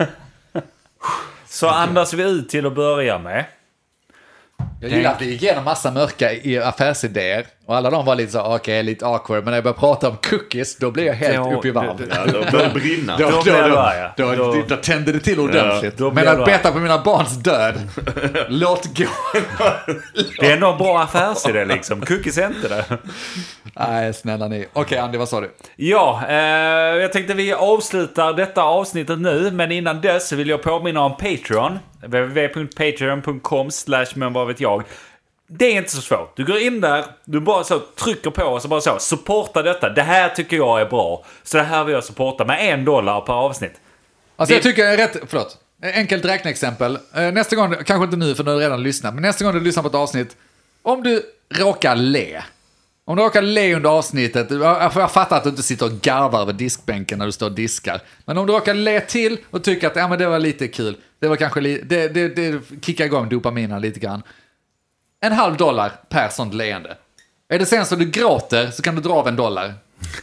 så andas vi ut till att börja med. Jag gillar att vi gick igenom massa mörka i affärsidéer. Och alla de var lite så, okej, okay, lite awkward. Men när jag började prata om cookies, då blev jag helt Ja, upp i varv. det- Ja, då börjar det brinna. Då, Då då, blev jag då, arg, då, ja. då, Då- då tände det till ordentligt. då Men blev att jag betta på mina barns död, låt gå. Det är nog en bra affärsidé liksom. Cookies är inte det. Nej, snälla ni. Okej, okay, Andy, vad sa du? Ja, eh, jag tänkte vi avslutar detta avsnittet nu. Men innan dess så vill jag påminna om Patreon. w w w punkt patreon punkt com slash men vad vet jag. det är inte så svårt. Du går in där, du bara så trycker på och så bara så, supporta detta. Det här tycker jag är bra. Så det här vill jag supporta med en dollar per avsnitt. Alltså det... jag tycker det är rätt, förlåt. Enkelt räkneexempel. Nästa gång, kanske inte nu för nu har du redan lyssnat, men nästa gång du lyssnar på ett avsnitt, om du råkar le. Om du råkar le under avsnittet, jag fattar att du inte sitter och garvar över diskbänken när du står och diskar. Men om du råkar le till och tycker att ja, men det var lite kul, det var kanske li- det, det, det kickar igång dopaminen lite grann. En halv dollar per sånt leende. Är det sen så du gråter så kan du dra av en dollar.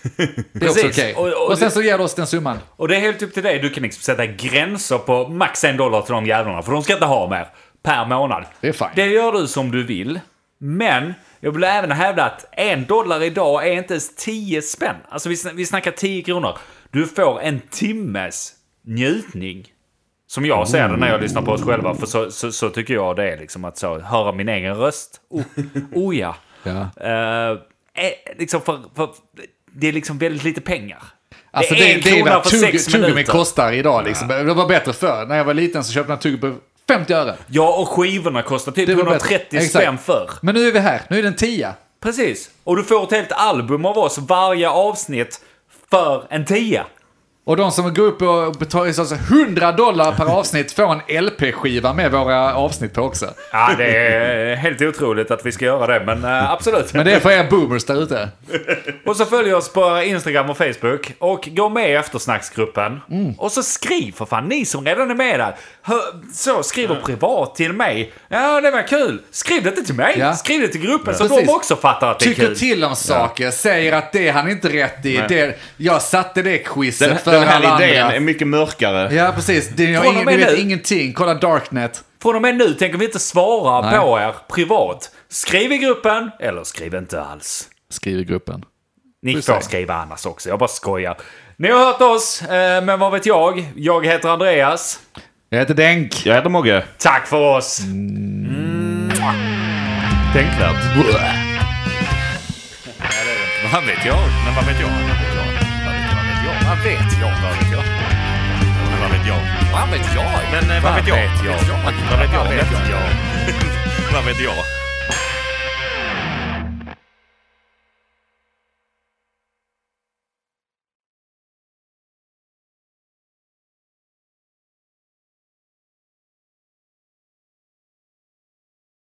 Det är också okej. Okay. Och, och, och sen så ger du oss den summan. Och det är helt upp till dig. Du kan liksom sätta gränser på max en dollar till de jävlarna. För de ska inte ha mer per månad. Det är fine. Det gör du som du vill. Men jag vill även hävda att en dollar idag är inte ens tio spänn. Alltså vi, vi snackar tio kronor. Du får en timmes njutning. Som jag ser det när jag lyssnar på oss själva. För så, så, så tycker jag det är liksom att så, höra min egen röst. Oh, oh ja. ja. Uh, är, liksom för, för, det är liksom väldigt lite pengar. Alltså det, det, det är vad tugg, tuggummi kostar idag. Liksom. Ja. Det var bättre förr. När jag var liten så köpte jag tuggummi på femtio öre. Ja, och skivorna kostar typ etthundratrettio spänn för. Men nu är vi här. Nu är det en tia. Precis. Och du får ett helt album av oss varje avsnitt för en tia. Och de som går upp och betalar alltså hundra dollar per avsnitt får en L P-skiva med våra avsnitt på också. Ja, det är helt otroligt att vi ska göra det, men uh, absolut. Men det är för er boomers där ute. Och så följ oss på Instagram och Facebook och gå med i eftersnacksgruppen. Mm. Och så skriv för fan, ni som redan är med där. Hör, så skriv mm. privat till mig. Ja, det var kul. Skriv det inte till mig. Ja. Skriv det till gruppen ja. Så Precis. De också fattar att det är Tycker kul. Tycker till om saker, ja. Säger att det han inte rätt i. Det, jag satte det quizet den, för den här idén andra. Är mycket mörkare. Ja, precis. Det, jag ingen, du vet ingenting. Kolla Darknet. Från och med nu tänker vi inte svara Nej. På er privat. Skriv i gruppen eller skriv inte alls. Skriv i gruppen. Ni får säga. Skriva annars också. Jag bara skojar. Ni har hört oss, men vad vet jag? Jag heter Andreas. Jag heter Denk. Jag heter Mogge. Tack för oss. Mm. Tänkvärt. Vad vet jag? Men vad vet jag? Vad vet jag? Vad vet jag? Men vad vet jag? Vad vet jag? Men vad vet jag? Vad vet jag? Vad vet jag? Vad vet jag? Vad vet jag?